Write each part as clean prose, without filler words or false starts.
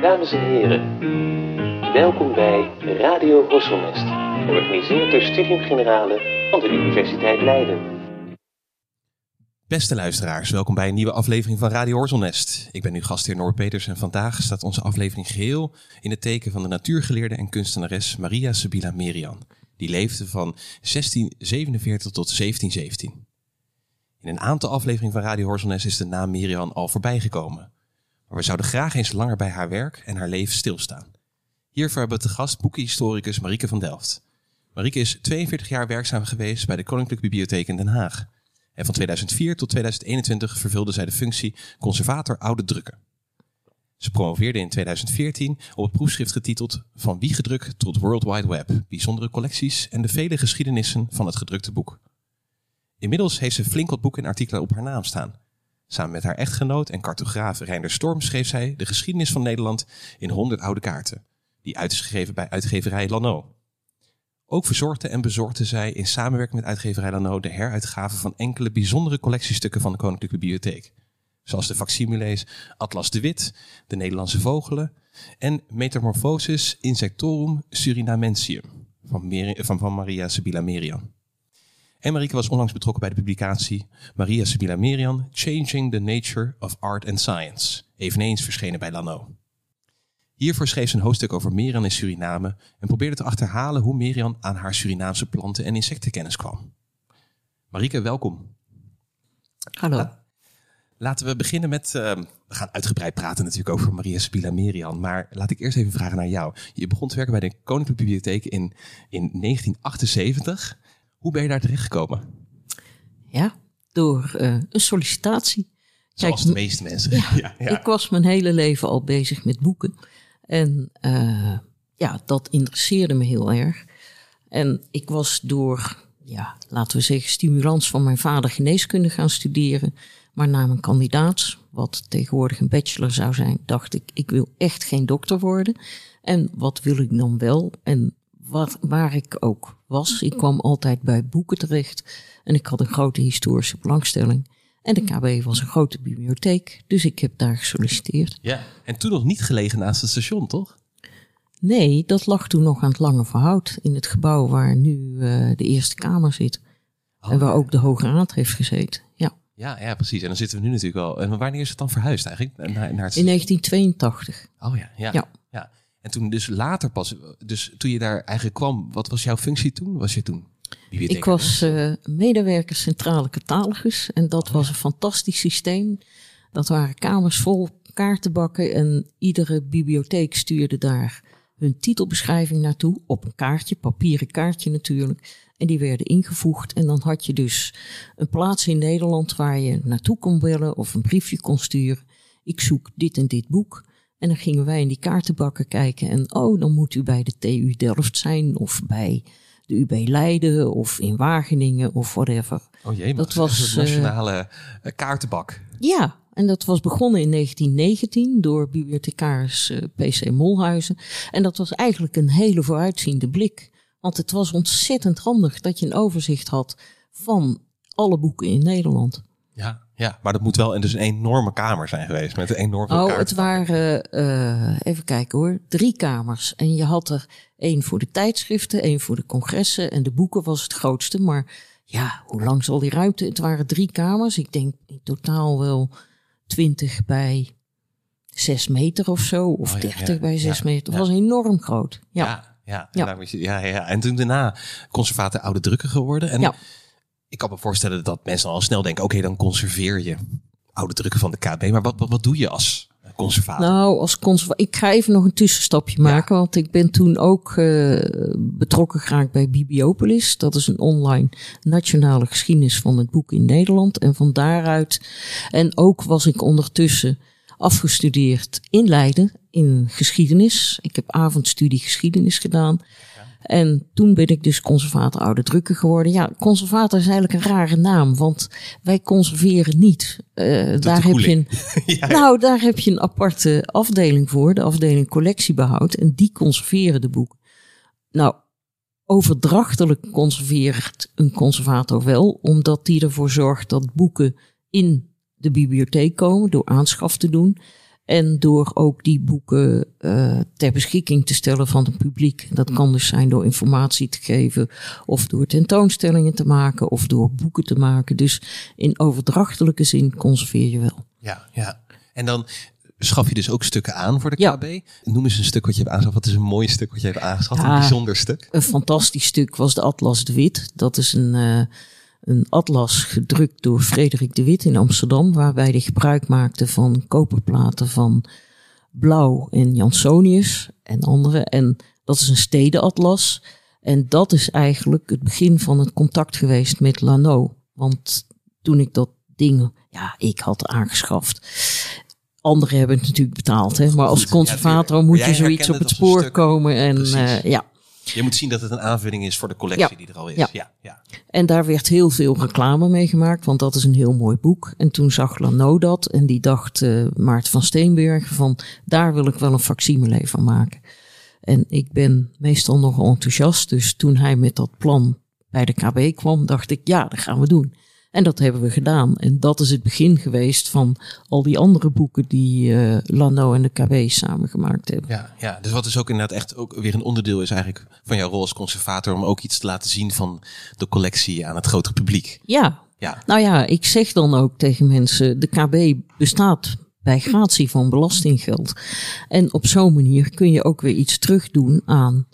Dames en heren, welkom bij Radio Horselnest, georganiseerd door Studium Generale van de Universiteit Leiden. Beste luisteraars, welkom bij een nieuwe aflevering van Radio Horselnest. Ik ben uw gastheer Norbert Peters en vandaag staat onze aflevering geheel in het teken van de natuurgeleerde en kunstenares Maria Sibylla Merian. Die leefde van 1647 tot 1717. In een aantal afleveringen van Radio Horselnest is de naam Merian al voorbij gekomen. Maar we zouden graag eens langer bij haar werk en haar leven stilstaan. Hiervoor hebben we te gast boekenhistoricus Marieke van Delft. Marieke is 42 jaar werkzaam geweest bij de Koninklijke Bibliotheek in Den Haag. En van 2004 tot 2021 vervulde zij de functie conservator oude drukken. Ze promoveerde in 2014 op het proefschrift getiteld Van Wiegedruk tot World Wide Web, bijzondere collecties en de vele geschiedenissen van het gedrukte boek. Inmiddels heeft ze flink wat boeken en artikelen op haar naam staan. Samen met haar echtgenoot en cartograaf Reinder Storm schreef zij de geschiedenis van Nederland in 100 oude kaarten, die uit is gegeven bij uitgeverij Lannoo. Ook verzorgde en bezorgde zij in samenwerking met uitgeverij Lannoo de heruitgave van enkele bijzondere collectiestukken van de Koninklijke Bibliotheek. Zoals de facsimiles Atlas de Wit, de Nederlandse Vogelen en Metamorphosis Insectorum Surinamensium van Maria Sibylla Merian. En Marieke was onlangs betrokken bij de publicatie Maria Sibylla Merian, Changing the Nature of Art and Science, eveneens verschenen bij Lannoo. Hiervoor schreef ze een hoofdstuk over Merian in Suriname en probeerde te achterhalen hoe Merian aan haar Surinaamse planten- en insectenkennis kwam. Marieke, welkom. Hallo. Laten we beginnen met, we gaan uitgebreid praten natuurlijk over Maria Sibylla Merian, maar laat ik eerst even vragen naar jou. Je begon te werken bij de Koninklijke Bibliotheek in 1978. Hoe ben je daar terechtgekomen? Ja, door een sollicitatie. Zoals de meeste mensen. Ja. Ik was mijn hele leven al bezig met boeken. En dat interesseerde me heel erg. En ik was door, laten we zeggen, stimulans van mijn vader geneeskunde gaan studeren. Maar na mijn kandidaats, wat tegenwoordig een bachelor zou zijn, dacht ik wil echt geen dokter worden. En wat wil ik dan wel? En waar ik ook was, ik kwam altijd bij boeken terecht. En ik had een grote historische belangstelling. En de KB was een grote bibliotheek, dus ik heb daar gesolliciteerd. Ja, en toen nog niet gelegen naast het station, toch? Nee, dat lag toen nog aan het Lange Verhout, in het gebouw waar nu de Eerste Kamer zit. En waar ook de Hoge Raad heeft gezeten, ja. Ja, precies. En dan zitten we nu natuurlijk wel. En wanneer is het dan verhuisd eigenlijk? Naar het... In 1982. Oh ja. En toen dus later pas, dus toen je daar eigenlijk kwam, wat was jouw functie toen? Was je toen bibliotheek? Ik was medewerker centrale catalogus en dat was een fantastisch systeem. Dat waren kamers vol kaartenbakken en iedere bibliotheek stuurde daar hun titelbeschrijving naartoe. Op een kaartje, papieren kaartje natuurlijk. En die werden ingevoegd en dan had je dus een plaats in Nederland waar je naartoe kon bellen of een briefje kon sturen. Ik zoek dit en dit boek. En dan gingen wij in die kaartenbakken kijken en dan moet u bij de TU Delft zijn of bij de UB Leiden of in Wageningen of whatever. Oh jee, dat was een nationale kaartenbak. Ja, en dat was begonnen in 1919 door bibliothecaris P.C. Molhuizen. En dat was eigenlijk een hele vooruitziende blik. Want het was ontzettend handig dat je een overzicht had van alle boeken in Nederland. Ja, maar dat moet wel dus een enorme kamer zijn geweest met een enorme kaart. Het waren, even kijken hoor, 3 kamers. En je had er 1 voor de tijdschriften, 1 voor de congressen en de boeken was het grootste. Maar ja, hoe lang zal die ruimte? Het waren 3 kamers. Ik denk in totaal wel 20 bij 6 meter of zo. Of 30 bij 6 meter. Het was enorm groot. Ja. En toen daarna conservator oude drukken geworden. En ik kan me voorstellen dat mensen al snel denken, oké, dan conserveer je oude drukken van de KB. Maar wat doe je als conservator? Nou, als conservator, ik ga even nog een tussenstapje maken. Want ik ben toen ook betrokken geraakt bij Bibliopolis. Dat is een online nationale geschiedenis van het boek in Nederland. En van daaruit, en ook was ik ondertussen afgestudeerd in Leiden in geschiedenis. Ik heb avondstudie geschiedenis gedaan. En toen ben ik dus conservator oude drukken geworden. Ja, conservator is eigenlijk een rare naam, want wij conserveren niet. Daar heb je een aparte afdeling voor, de afdeling collectiebehoud. En die conserveren de boeken. Nou, overdrachtelijk conserveert een conservator wel, omdat die ervoor zorgt dat boeken in de bibliotheek komen door aanschaf te doen. En door ook die boeken ter beschikking te stellen van het publiek. Dat kan dus zijn door informatie te geven, of door tentoonstellingen te maken, of door boeken te maken. Dus in overdrachtelijke zin conserveer je wel. Ja. En dan schaf je dus ook stukken aan voor de KB. Noem eens een stuk wat je hebt aangeschaft. Wat is een mooi stuk wat je hebt aangeschaft? Een bijzonder stuk? Een fantastisch stuk was de Atlas de Wit. Dat is een atlas gedrukt door Frederik de Wit in Amsterdam, waarbij hij gebruik maakte van koperplaten van Blauw en Jansonius en andere. En dat is een stedenatlas. En dat is eigenlijk het begin van het contact geweest met Lanoux. Want toen ik dat ding, ik had aangeschaft. Anderen hebben het natuurlijk betaald, hè? Maar als conservator moet je zoiets op het spoor komen. En je moet zien dat het een aanvulling is voor de collectie die er al is. Ja. En daar werd heel veel reclame mee gemaakt, want dat is een heel mooi boek. En toen zag Lanoux dat en die dacht Maarten van Steenbergen van, daar wil ik wel een facsimile van maken. En ik ben meestal nogal enthousiast, dus toen hij met dat plan bij de KB kwam, dacht ik, dat gaan we doen. En dat hebben we gedaan. En dat is het begin geweest van al die andere boeken die Lanoux en de KB samen gemaakt hebben. Ja, dus wat dus ook inderdaad echt ook weer een onderdeel is eigenlijk van jouw rol als conservator, om ook iets te laten zien van de collectie aan het grotere publiek. Ja. Nou ja, ik zeg dan ook tegen mensen, de KB bestaat bij gratie van belastinggeld. En op zo'n manier kun je ook weer iets terugdoen aan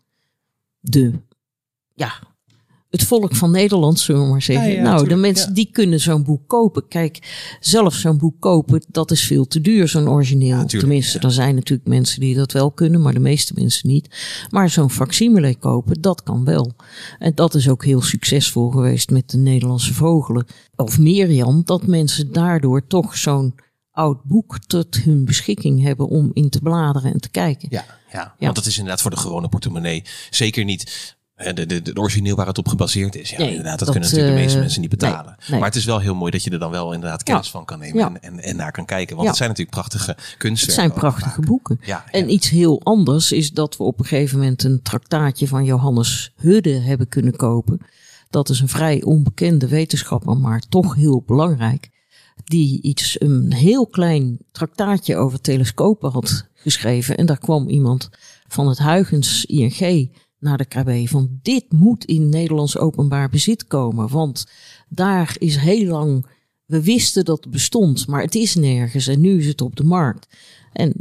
het volk van Nederland, zullen we maar zeggen. De mensen die kunnen zo'n boek kopen. Kijk, zelf zo'n boek kopen, dat is veel te duur, zo'n origineel. Tenminste, er zijn natuurlijk mensen die dat wel kunnen, maar de meeste mensen niet. Maar zo'n facsimile kopen, dat kan wel. En dat is ook heel succesvol geweest met de Nederlandse Vogelen. Of Merian, dat mensen daardoor toch zo'n oud boek tot hun beschikking hebben om in te bladeren en te kijken. Ja. Want dat is inderdaad voor de gewone portemonnee zeker niet de origineel waar het op gebaseerd is. Inderdaad, dat kunnen natuurlijk de meeste mensen niet betalen. Nee. Maar het is wel heel mooi dat je er dan wel inderdaad kennis van kan nemen en naar kan kijken. Want het zijn natuurlijk prachtige kunstwerken. Het zijn prachtige boeken. En iets heel anders is dat we op een gegeven moment een traktaatje van Johannes Hudde hebben kunnen kopen. Dat is een vrij onbekende wetenschapper, maar toch heel belangrijk. Die een heel klein traktaatje over telescopen had geschreven. En daar kwam iemand van het Huygens ING naar de KB van, dit moet in Nederlands openbaar bezit komen. Want daar is heel lang, we wisten dat het bestond, maar het is nergens en nu is het op de markt. En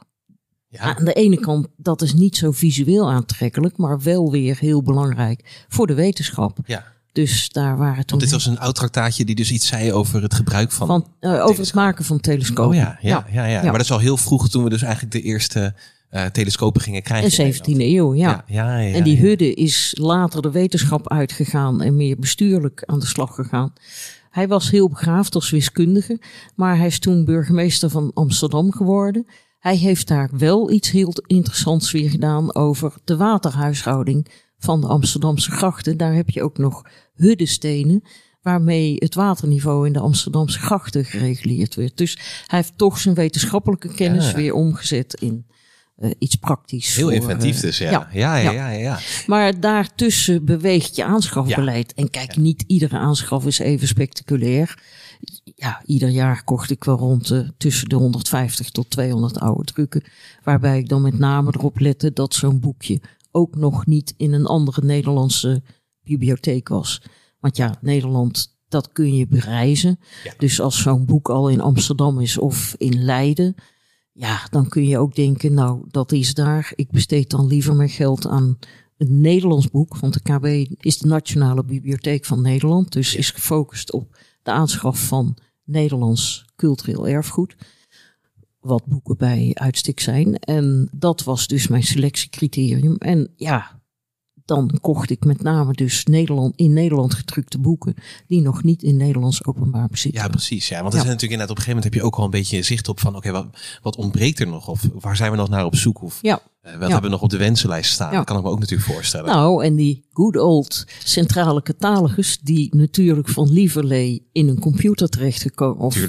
aan de ene kant, dat is niet zo visueel aantrekkelijk, maar wel weer heel belangrijk voor de wetenschap. Ja. Dus daar waren toen. Want dit was een oud traktaatje die dus iets zei over het gebruik van over het maken van telescopen. Ja. Maar dat is al heel vroeg toen we dus eigenlijk de eerste telescopen gingen krijgen. In de 17e eeuw, ja. En die Hudde is later de wetenschap uitgegaan en meer bestuurlijk aan de slag gegaan. Hij was heel begaafd als wiskundige, maar hij is toen burgemeester van Amsterdam geworden. Hij heeft daar wel iets heel interessants weer gedaan over de waterhuishouding van de Amsterdamse grachten. Daar heb je ook nog Huddestenen, waarmee het waterniveau in de Amsterdamse grachten gereguleerd werd. Dus hij heeft toch zijn wetenschappelijke kennis weer omgezet in iets praktisch. Heel inventief dus, ja. Maar daartussen beweegt je aanschafbeleid. En kijk, niet iedere aanschaf is even spectaculair. Ja, ieder jaar kocht ik wel rond tussen de 150 tot 200 oude drukken. Waarbij ik dan met name erop lette dat zo'n boekje ook nog niet in een andere Nederlandse bibliotheek was. Want Nederland, dat kun je bereizen. Ja. Dus als zo'n boek al in Amsterdam is of in Leiden, dan kun je ook denken, nou, dat is daar. Ik besteed dan liever mijn geld aan een Nederlands boek. Want de KB is de Nationale Bibliotheek van Nederland. Dus is gefocust op de aanschaf van Nederlands cultureel erfgoed. Wat boeken bij uitstek zijn. En dat was dus mijn selectiecriterium. En dan kocht ik met name dus in Nederland gedrukte boeken die nog niet in Nederlands openbaar bezit. Ja, precies. Ja, want er zijn natuurlijk inderdaad op een gegeven moment heb je ook al een beetje zicht op van oké, wat ontbreekt er nog? Of waar zijn we nog naar op zoek? Of wat hebben we nog op de wensenlijst staan? Dat kan ik me ook natuurlijk voorstellen. Nou, en die good old centrale catalogus die natuurlijk van lieverlee in een computer terechtgekomen of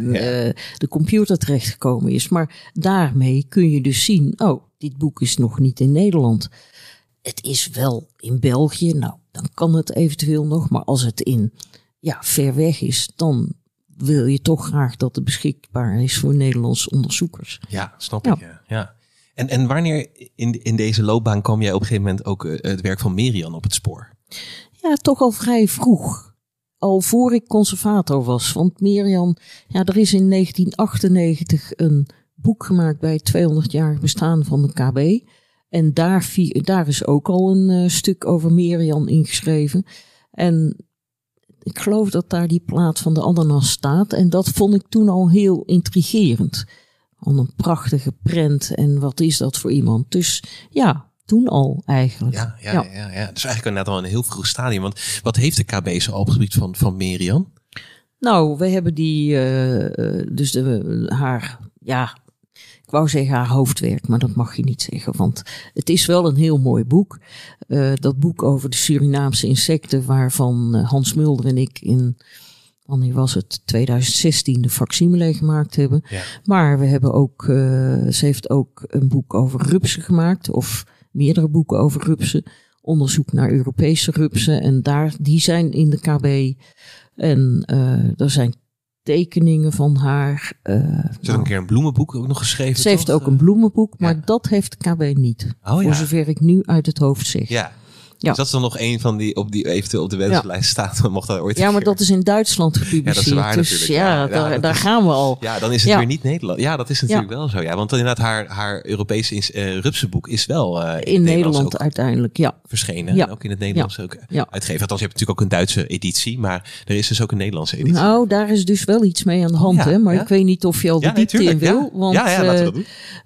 de computer terechtgekomen is. Maar daarmee kun je dus zien, dit boek is nog niet in Nederland. Het is wel in België, nou, dan kan het eventueel nog. Maar als het ver weg is, dan wil je toch graag dat het beschikbaar is voor Nederlandse onderzoekers. Ja, snap ik. Ja. En wanneer in deze loopbaan kwam jij op een gegeven moment ook het werk van Merian op het spoor? Ja, toch al vrij vroeg. Al voor ik conservator was. Want Merian, er is in 1998 een boek gemaakt bij het 200-jarig bestaan van de KB. En daar is ook al een stuk over Merian ingeschreven. En ik geloof dat daar die plaat van de ananas staat. En dat vond ik toen al heel intrigerend. Al een prachtige prent. En wat is dat voor iemand? Dus ja, toen al eigenlijk. Ja. Dus eigenlijk inderdaad al een heel vroeg stadium. Want wat heeft de KB zo op het gebied van Merian? Nou, we hebben ik wou zeggen haar hoofdwerk, maar dat mag je niet zeggen. Want het is wel een heel mooi boek. Dat boek over de Surinaamse insecten, waarvan Hans Mulder en ik in, wanneer was het, 2016 de facsimile gemaakt hebben. Ja. Maar we hebben ook, ze heeft ook een boek over rupsen gemaakt, of meerdere boeken over rupsen. Onderzoek naar Europese rupsen. En die zijn in de KB. En er zijn tekeningen van haar. Ze heeft een keer een bloemenboek ook nog geschreven. Ze heeft ook een bloemenboek, maar dat heeft de KB niet. Voor zover ik nu uit het hoofd zeg. Ja. Dus dat is dan nog een van die eventueel op de wenslijst staat. Mocht dat ooit maar dat is in Duitsland gepubliceerd. Ja, dat is waar dus natuurlijk. Daar gaan we al. Ja, dan is het weer niet Nederland. Ja, dat is natuurlijk wel zo. Ja, want inderdaad haar Europese rupsenboek is wel in Nederland uiteindelijk, verschenen. En ook in het Nederlands ook uitgegeven. Althans, je hebt natuurlijk ook een Duitse editie, maar er is dus ook een Nederlandse editie. Nou, daar is dus wel iets mee aan de hand. Hè? Maar ik weet niet of je al de diepte in wil. Want laten we dat doen.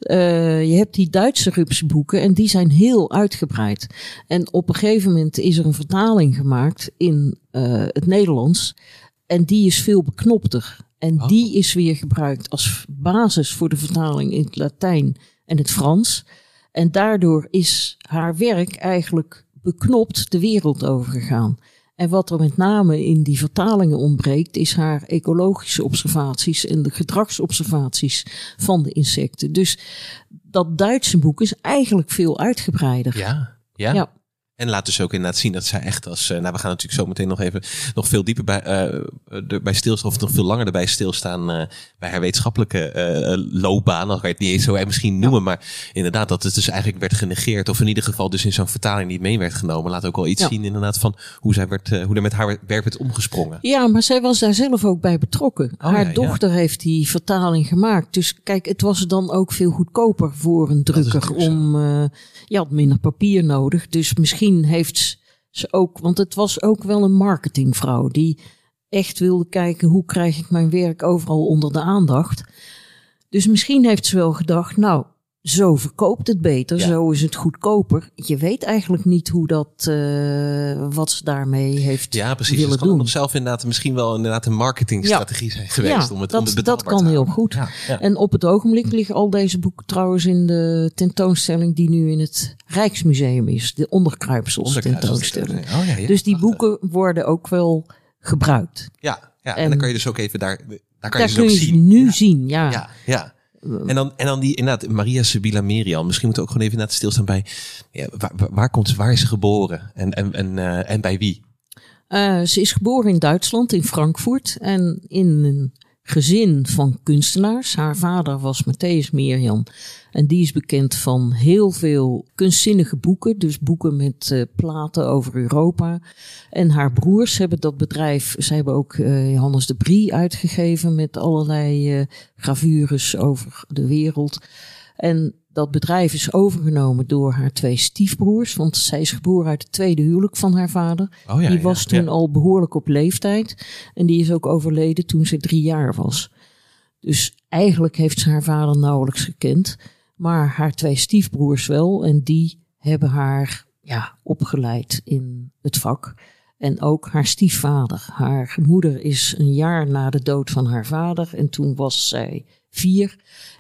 Je hebt die Duitse rupsenboeken en die zijn heel uitgebreid. En op een gegeven moment is er een vertaling gemaakt in het Nederlands. En die is veel beknopter. En die is weer gebruikt als basis voor de vertaling in het Latijn en het Frans. En daardoor is haar werk eigenlijk beknopt de wereld overgegaan. En wat er met name in die vertalingen ontbreekt, is haar ecologische observaties en de gedragsobservaties van de insecten. Dus dat Duitse boek is eigenlijk veel uitgebreider. Ja. En laat dus ook inderdaad zien dat zij echt als... we gaan natuurlijk zo meteen nog veel dieper bij stilstaan, of nog veel langer erbij stilstaan bij haar wetenschappelijke loopbaan. Dan kan je het niet eens zo misschien noemen, maar inderdaad dat het dus eigenlijk werd genegeerd. Of in ieder geval dus in zo'n vertaling niet mee werd genomen. Laat ook wel iets zien inderdaad van hoe er met haar werk werd omgesprongen. Ja, maar zij was daar zelf ook bij betrokken. Haar dochter heeft die vertaling gemaakt. Dus kijk, het was dan ook veel goedkoper voor een drukker om... je had minder papier nodig, dus misschien heeft ze ook, want het was ook wel een marketingvrouw die echt wilde kijken hoe krijg ik mijn werk overal onder de aandacht. Dus misschien heeft ze wel gedacht, nou, zo verkoopt het beter, zo is het goedkoper. Je weet eigenlijk niet hoe dat, wat ze daarmee heeft willen doen. Ja, precies. Het kan nog zelf misschien wel een marketingstrategie zijn geweest om het betaalbaar dat kan te heel goed. Ja. En op het ogenblik liggen al deze boeken trouwens in de tentoonstelling die nu in het Rijksmuseum is. De Onderkruipsels tentoonstelling. Dus die boeken worden ook wel gebruikt. Ja. En dan kan je dus ook even daar kan je dus ook zien. Nu zien, ja. En dan die inderdaad Maria Sibylla Merian. Misschien moeten we ook gewoon even inderdaad stilstaan bij waar is ze geboren en bij wie? Ze is geboren in Duitsland, in Frankfurt en in een gezin van kunstenaars. Haar vader was Matthäus Merian en die is bekend van heel veel kunstzinnige boeken. Dus boeken met platen over Europa. En haar broers hebben dat bedrijf, ze hebben ook Johannes de Brie uitgegeven met allerlei gravures over de wereld. En dat bedrijf is overgenomen door haar 2 stiefbroers. Want zij is geboren uit het tweede huwelijk van haar vader. Die was toen al behoorlijk op leeftijd. En die is ook overleden toen ze 3 jaar was. Dus eigenlijk heeft ze haar vader nauwelijks gekend. Maar haar 2 stiefbroers wel. En die hebben haar opgeleid in het vak. En ook haar stiefvader. Haar moeder is een jaar na de dood van haar vader. En toen was zij 4.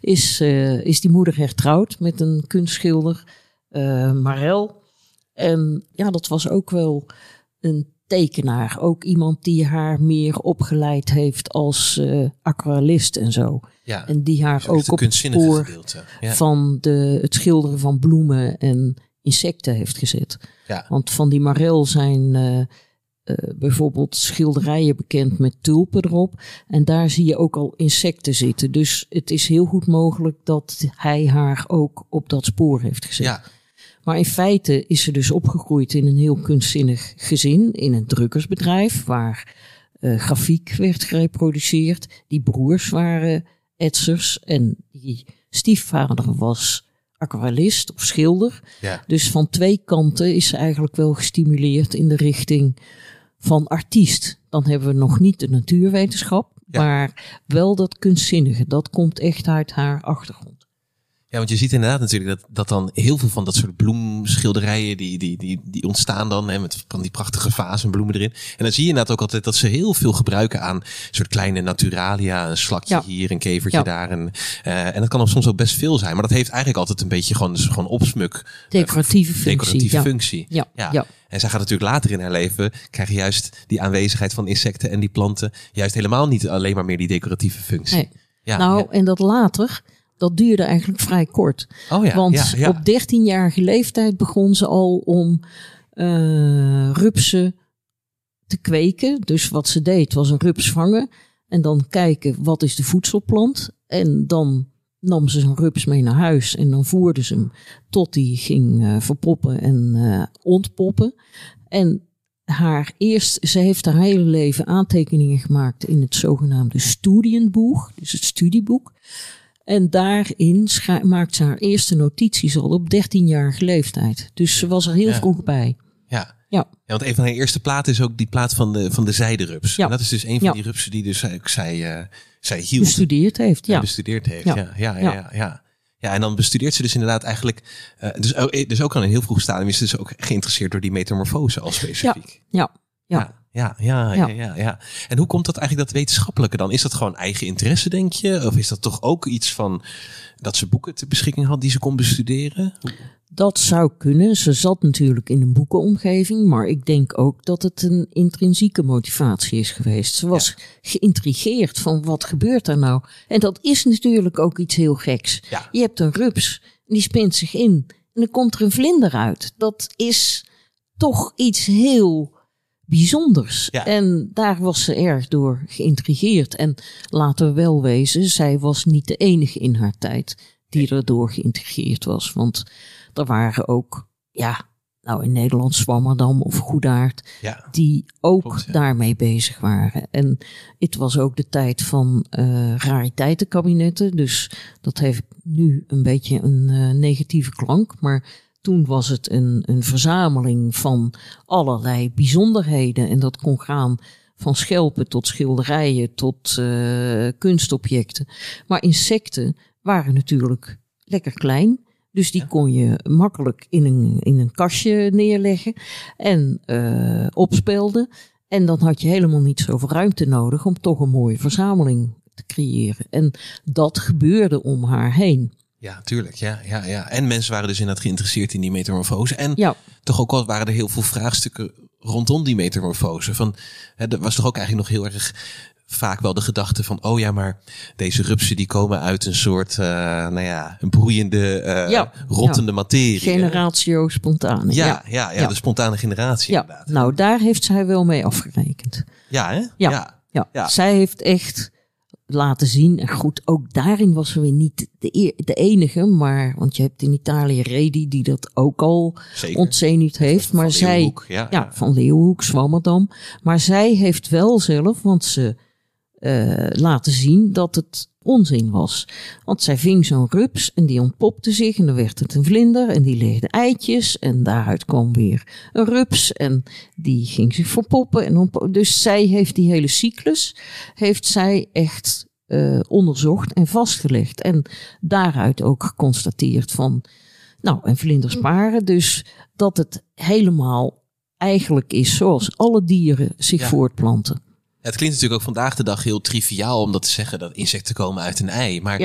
Is die moeder hertrouwd met een kunstschilder, Marel. En dat was ook wel een tekenaar. Ook iemand die haar meer opgeleid heeft als aquarellist en zo. Ja, en die haar ook op het spoor van het schilderen van bloemen en insecten heeft gezet. Ja. Want van die Marel zijn bijvoorbeeld schilderijen bekend met tulpen erop. En daar zie je ook al insecten zitten. Dus het is heel goed mogelijk dat hij haar ook op dat spoor heeft gezet. Ja. Maar in feite is ze dus opgegroeid in een heel kunstzinnig gezin. In een drukkersbedrijf waar grafiek werd gereproduceerd. Die broers waren etsers en die stiefvader was aquarellist of schilder. Ja. Dus van twee kanten is ze eigenlijk wel gestimuleerd in de richting van artiest. Dan hebben we nog niet de natuurwetenschap, maar wel dat kunstzinnige. Dat komt echt uit haar achtergrond. Ja, want je ziet inderdaad natuurlijk dat dan heel veel van dat soort bloemschilderijen die ontstaan dan, hè, met van die prachtige vazen en bloemen erin. En dan zie je inderdaad ook altijd dat ze heel veel gebruiken aan soort kleine naturalia, een slakje hier, een kevertje daar. En dat kan soms ook best veel zijn, maar dat heeft eigenlijk altijd een beetje gewoon opsmuk. Decoratieve functie. Ja. En zij gaat natuurlijk later in haar leven krijgen juist die aanwezigheid van insecten en die planten juist helemaal niet alleen maar meer die decoratieve functie. Nee. En dat later, dat duurde eigenlijk vrij kort. Want op 13-jarige leeftijd begon ze al om rupsen te kweken. Dus wat ze deed was een rups vangen en dan kijken wat is de voedselplant. En dan nam ze zijn rups mee naar huis en dan voerde ze hem tot hij ging verpoppen en ontpoppen. En ze heeft haar hele leven aantekeningen gemaakt in het zogenaamde Studienbuch, dus het studieboek. En daarin maakt ze haar eerste notities al op 13-jarige leeftijd. Dus ze was er heel vroeg bij. Ja, want een van haar eerste platen is ook die plaat van de zijderups. Ja. En dat is dus een van die rupsen die dus zij hield. Bestudeerd heeft, Ja, en dan bestudeert ze dus inderdaad eigenlijk. Dus ook al in een heel vroeg stadium is ze dus ook geïnteresseerd door die metamorfose al specifiek. Ja. En hoe komt dat eigenlijk, dat wetenschappelijke dan? Is dat gewoon eigen interesse, denk je? Of is dat toch ook iets van dat ze boeken ter beschikking had die ze kon bestuderen? Dat zou kunnen. Ze zat natuurlijk in een boekenomgeving, maar ik denk ook dat het een intrinsieke motivatie is geweest. Ze was geïntrigeerd van wat gebeurt er nou? En dat is natuurlijk ook iets heel geks. Ja. Je hebt een rups, die spint zich in en dan komt er een vlinder uit. Dat is toch iets heel bijzonders. Ja. En daar was ze erg door geïntrigeerd. En laten we wel wezen, zij was niet de enige in haar tijd die erdoor geïntrigeerd was. Want er waren ook, in Nederland Swammerdam of Goedaert, die ook daarmee bezig waren. En het was ook de tijd van rariteitenkabinetten. Dus dat heeft nu een beetje een negatieve klank. Maar toen was het een verzameling van allerlei bijzonderheden. En dat kon gaan van schelpen tot schilderijen tot kunstobjecten. Maar insecten waren natuurlijk lekker klein. Dus die kon je makkelijk in een kastje neerleggen en opspelden. En dan had je helemaal niet zoveel ruimte nodig om toch een mooie verzameling te creëren. En dat gebeurde om haar heen. Ja, tuurlijk. Ja. En mensen waren dus inderdaad geïnteresseerd in die metamorfose. En toch ook al waren er heel veel vraagstukken rondom die metamorfose. Er was toch ook eigenlijk nog heel erg vaak wel de gedachte van, maar deze rupsen die komen uit een soort, een broeiende, rottende materie. Generatio spontane. De spontane generatie inderdaad. Nou, daar heeft zij wel mee afgerekend. Ja, hè? Ja. Zij heeft echt laten zien, en goed, ook daarin was ze weer niet de enige, maar, want je hebt in Italië Redi die dat ook al ontzenuwd heeft, maar zij, van Leeuwenhoek, Swammerdam, maar zij heeft wel zelf, want ze laten zien dat het onzin was. Want zij ving zo'n rups en die ontpopte zich en dan werd het een vlinder en die legde eitjes en daaruit kwam weer een rups en die ging zich verpoppen. Dus zij heeft die hele cyclus, heeft zij echt onderzocht en vastgelegd. En daaruit ook geconstateerd van, en vlinders paren, dus dat het helemaal eigenlijk is zoals alle dieren zich voortplanten. Het klinkt natuurlijk ook vandaag de dag heel triviaal om dat te zeggen, dat insecten komen uit een ei. Maar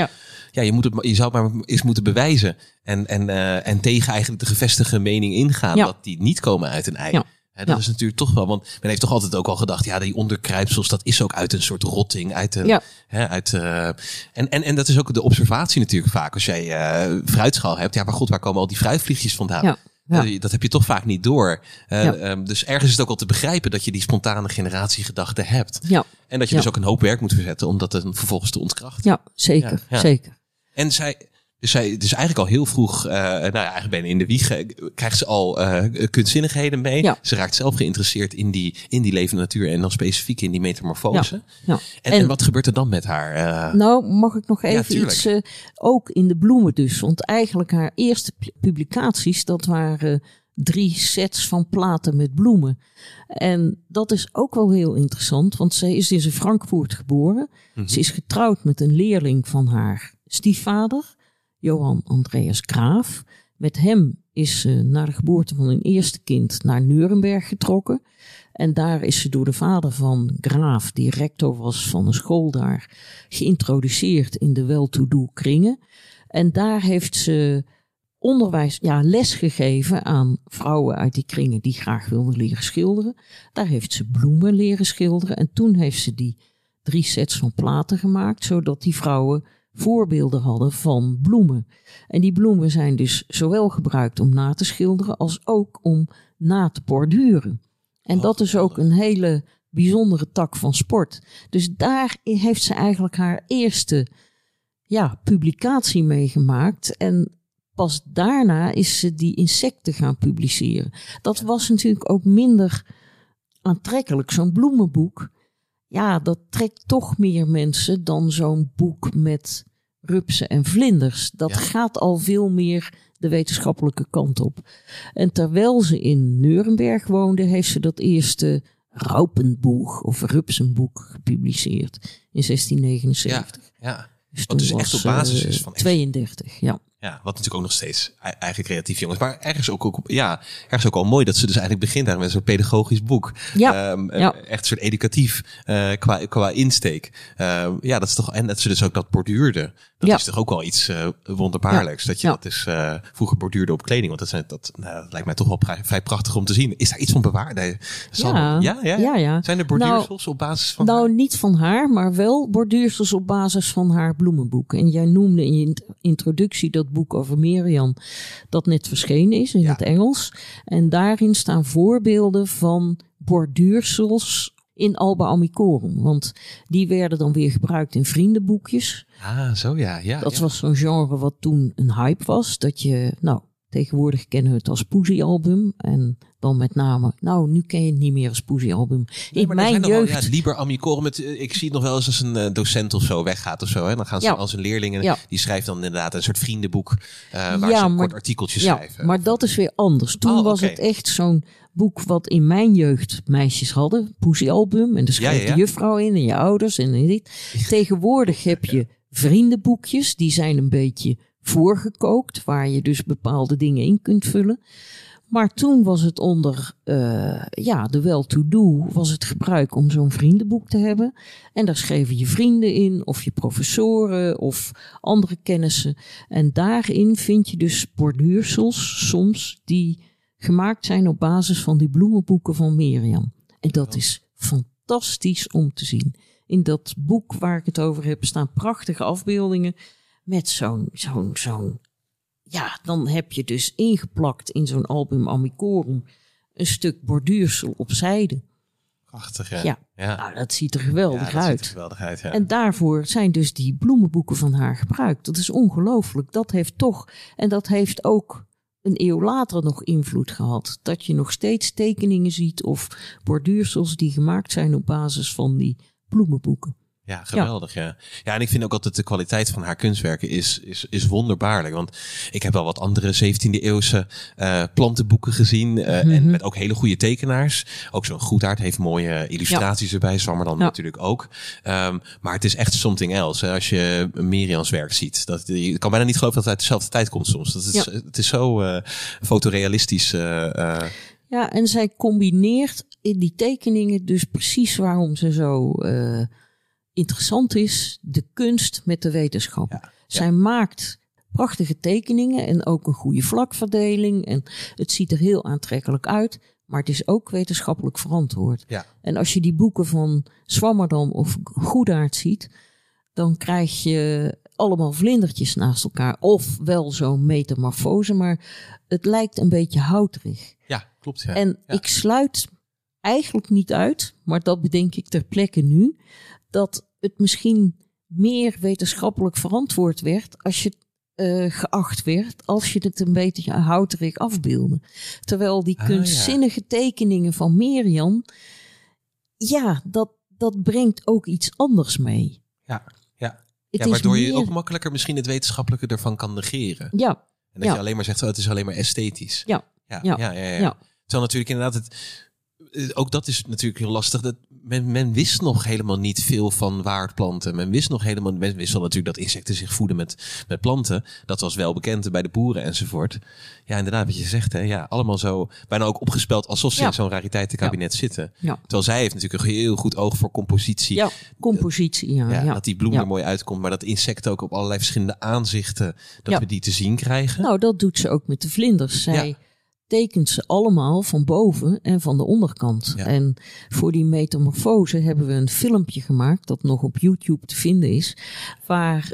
je zou het maar eens moeten bewijzen. En tegen eigenlijk de gevestigde mening ingaan dat die niet komen uit een ei. Ja. Dat is natuurlijk toch wel, want men heeft toch altijd ook al gedacht, die onderkruipsels, dat is ook uit een soort rotting. En dat is ook de observatie natuurlijk vaak. Als jij fruitschaal hebt, maar god, waar komen al die fruitvliegjes vandaan? Ja. Dat heb je toch vaak niet door. Dus ergens is het ook al te begrijpen dat je die spontane generatiegedachte hebt. Ja. En dat je dus ook een hoop werk moet verzetten om dat dan vervolgens te ontkrachten. Ja, zeker. Ja. Zeker. En zij dus eigenlijk al heel vroeg, eigenlijk bijna in de wieg, krijgt ze al kunstzinnigheden mee. Ja. Ze raakt zelf geïnteresseerd in die levende natuur en dan specifiek in die metamorfose. Ja. En wat gebeurt er dan met haar? Nou, mag ik nog even tuurlijk. iets, ook in de bloemen dus. Want eigenlijk haar eerste publicaties, dat waren 3 sets van platen met bloemen. En dat is ook wel heel interessant, want zij is dus in Frankfurt geboren. Mhm. Ze is getrouwd met een leerling van haar stiefvader, Johann Andreas Graaf. Met hem is ze na de geboorte van hun eerste kind naar Nuremberg getrokken. En daar is ze door de vader van Graaf, die rector was van een school daar, geïntroduceerd in de well-to-do kringen. En daar heeft ze les gegeven aan vrouwen uit die kringen die graag wilden leren schilderen. Daar heeft ze bloemen leren schilderen. En toen heeft ze die 3 sets van platen gemaakt, zodat die vrouwen voorbeelden hadden van bloemen. En die bloemen zijn dus zowel gebruikt om na te schilderen als ook om na te borduren. En dat is ook een hele bijzondere tak van sport. Dus daar heeft ze eigenlijk haar eerste publicatie mee gemaakt. En pas daarna is ze die insecten gaan publiceren. Dat was natuurlijk ook minder aantrekkelijk. Zo'n bloemenboek, dat trekt toch meer mensen dan zo'n boek met rupsen en vlinders. Dat gaat al veel meer de wetenschappelijke kant op. En terwijl ze in Nuremberg woonde, heeft ze dat eerste Raupenbuch of Rupsenboek gepubliceerd in 1679. Ja. Dus Wat dus toen echt was, op basis is van 32, ja. Ja, wat natuurlijk ook nog steeds eigen creatief jongens. Maar ergens ook al mooi dat ze dus eigenlijk begint daar met een soort pedagogisch boek. Ja. Echt een soort educatief qua insteek. Dat is toch, en dat ze dus ook dat borduurde. Dat is toch ook wel iets wonderbaarlijks. Dat je dat dus vroeger borduurde op kleding. Want dat lijkt mij toch wel vrij prachtig om te zien. Is daar iets van bewaard? Ja. Zijn er borduursels op basis van haar? Niet van haar, maar wel borduursels op basis van haar bloemenboek. En jij noemde in je introductie dat boek over Merian dat net verschenen is in het Engels. En daarin staan voorbeelden van borduursels in Alba Amicorum. Want die werden dan weer gebruikt in vriendenboekjes. Dat was zo'n genre wat toen een hype was. Dat je, tegenwoordig kennen we het als poesiealbum. En dan met name, nu ken je het niet meer als poesiealbum. Nee, in mijn jeugd... Liber Amicorum, ik zie het nog wel eens als een docent of zo weggaat of zo. Hè? Dan gaan ze als een leerling, die schrijft dan inderdaad een soort vriendenboek waar ze een kort artikeltje schrijven. Maar dat is weer anders. Toen was het echt zo'n boek wat in mijn jeugd meisjes hadden. Poesiealbum. En daar schreef de juffrouw in en je ouders en dit. Tegenwoordig heb je vriendenboekjes. Die zijn een beetje voorgekookt, waar je dus bepaalde dingen in kunt vullen. Maar toen was het onder de well-to-do was het gebruik om zo'n vriendenboek te hebben. En daar schreven je vrienden in, of je professoren, of andere kennissen. En daarin vind je dus borduursels soms die gemaakt zijn op basis van die bloemenboeken van Merian. En dat is fantastisch om te zien. In dat boek waar ik het over heb staan prachtige afbeeldingen met zo'n dan heb je dus ingeplakt in zo'n album Amicorum een stuk borduursel op zijde. Prachtig, hè? Ja. Dat ziet er geweldig uit. Ziet er geweldig uit, ja. En daarvoor zijn dus die bloemenboeken van haar gebruikt. Dat is ongelooflijk. Dat heeft ook een eeuw later nog invloed gehad. Dat je nog steeds tekeningen ziet of borduursels die gemaakt zijn op basis van die bloemenboeken. Ja, geweldig, ja. Ja, en ik vind ook altijd de kwaliteit van haar kunstwerken is wonderbaarlijk. Want ik heb wel wat andere 17e eeuwse plantenboeken gezien. En met ook hele goede tekenaars. Ook zo'n Goedaert heeft mooie illustraties erbij. Zwammerdam natuurlijk ook. Maar het is echt something else. Hè. Als je Merians werk ziet. Je kan bijna niet geloven dat het uit dezelfde tijd komt soms. Het is zo fotorealistisch. Ja, en zij combineert in die tekeningen dus precies waarom ze zo interessant is, de kunst met de wetenschap. Zij maakt prachtige tekeningen en ook een goede vlakverdeling. En het ziet er heel aantrekkelijk uit, maar het is ook wetenschappelijk verantwoord. Ja. En als je die boeken van Zwammerdam of Goedaert ziet, dan krijg je allemaal vlindertjes naast elkaar. Of wel zo'n metamorfose, maar het lijkt een beetje houterig. Ja, klopt. Ja. En ik sluit eigenlijk niet uit, maar dat bedenk ik ter plekke nu, dat het misschien meer wetenschappelijk verantwoord werd als je geacht werd als je het een beetje houterig afbeelde. Terwijl die kunstzinnige tekeningen van Merian, dat brengt ook iets anders mee. Ja. Waardoor je ook makkelijker misschien het wetenschappelijke ervan kan negeren. Ja. En dat je alleen maar zegt, het is alleen maar esthetisch. Ja. Terwijl natuurlijk inderdaad ook dat is natuurlijk heel lastig. Dat men wist nog helemaal niet veel van waardplanten. Men wist wel natuurlijk dat insecten zich voeden met planten. Dat was wel bekend bij de boeren enzovoort. Ja, inderdaad, wat je zegt. Hè? Ja, allemaal zo bijna ook opgespeld alsof ze in zo'n rariteitenkabinet zitten. Ja. Terwijl zij heeft natuurlijk een heel goed oog voor compositie. Ja, compositie, dat die bloem er mooi uitkomt. Maar dat insecten ook op allerlei verschillende aanzichten, dat we die te zien krijgen. Nou, dat doet ze ook met de vlinders. Zij tekent ze allemaal van boven en van de onderkant. Ja. En voor die metamorfose hebben we een filmpje gemaakt dat nog op YouTube te vinden is, waar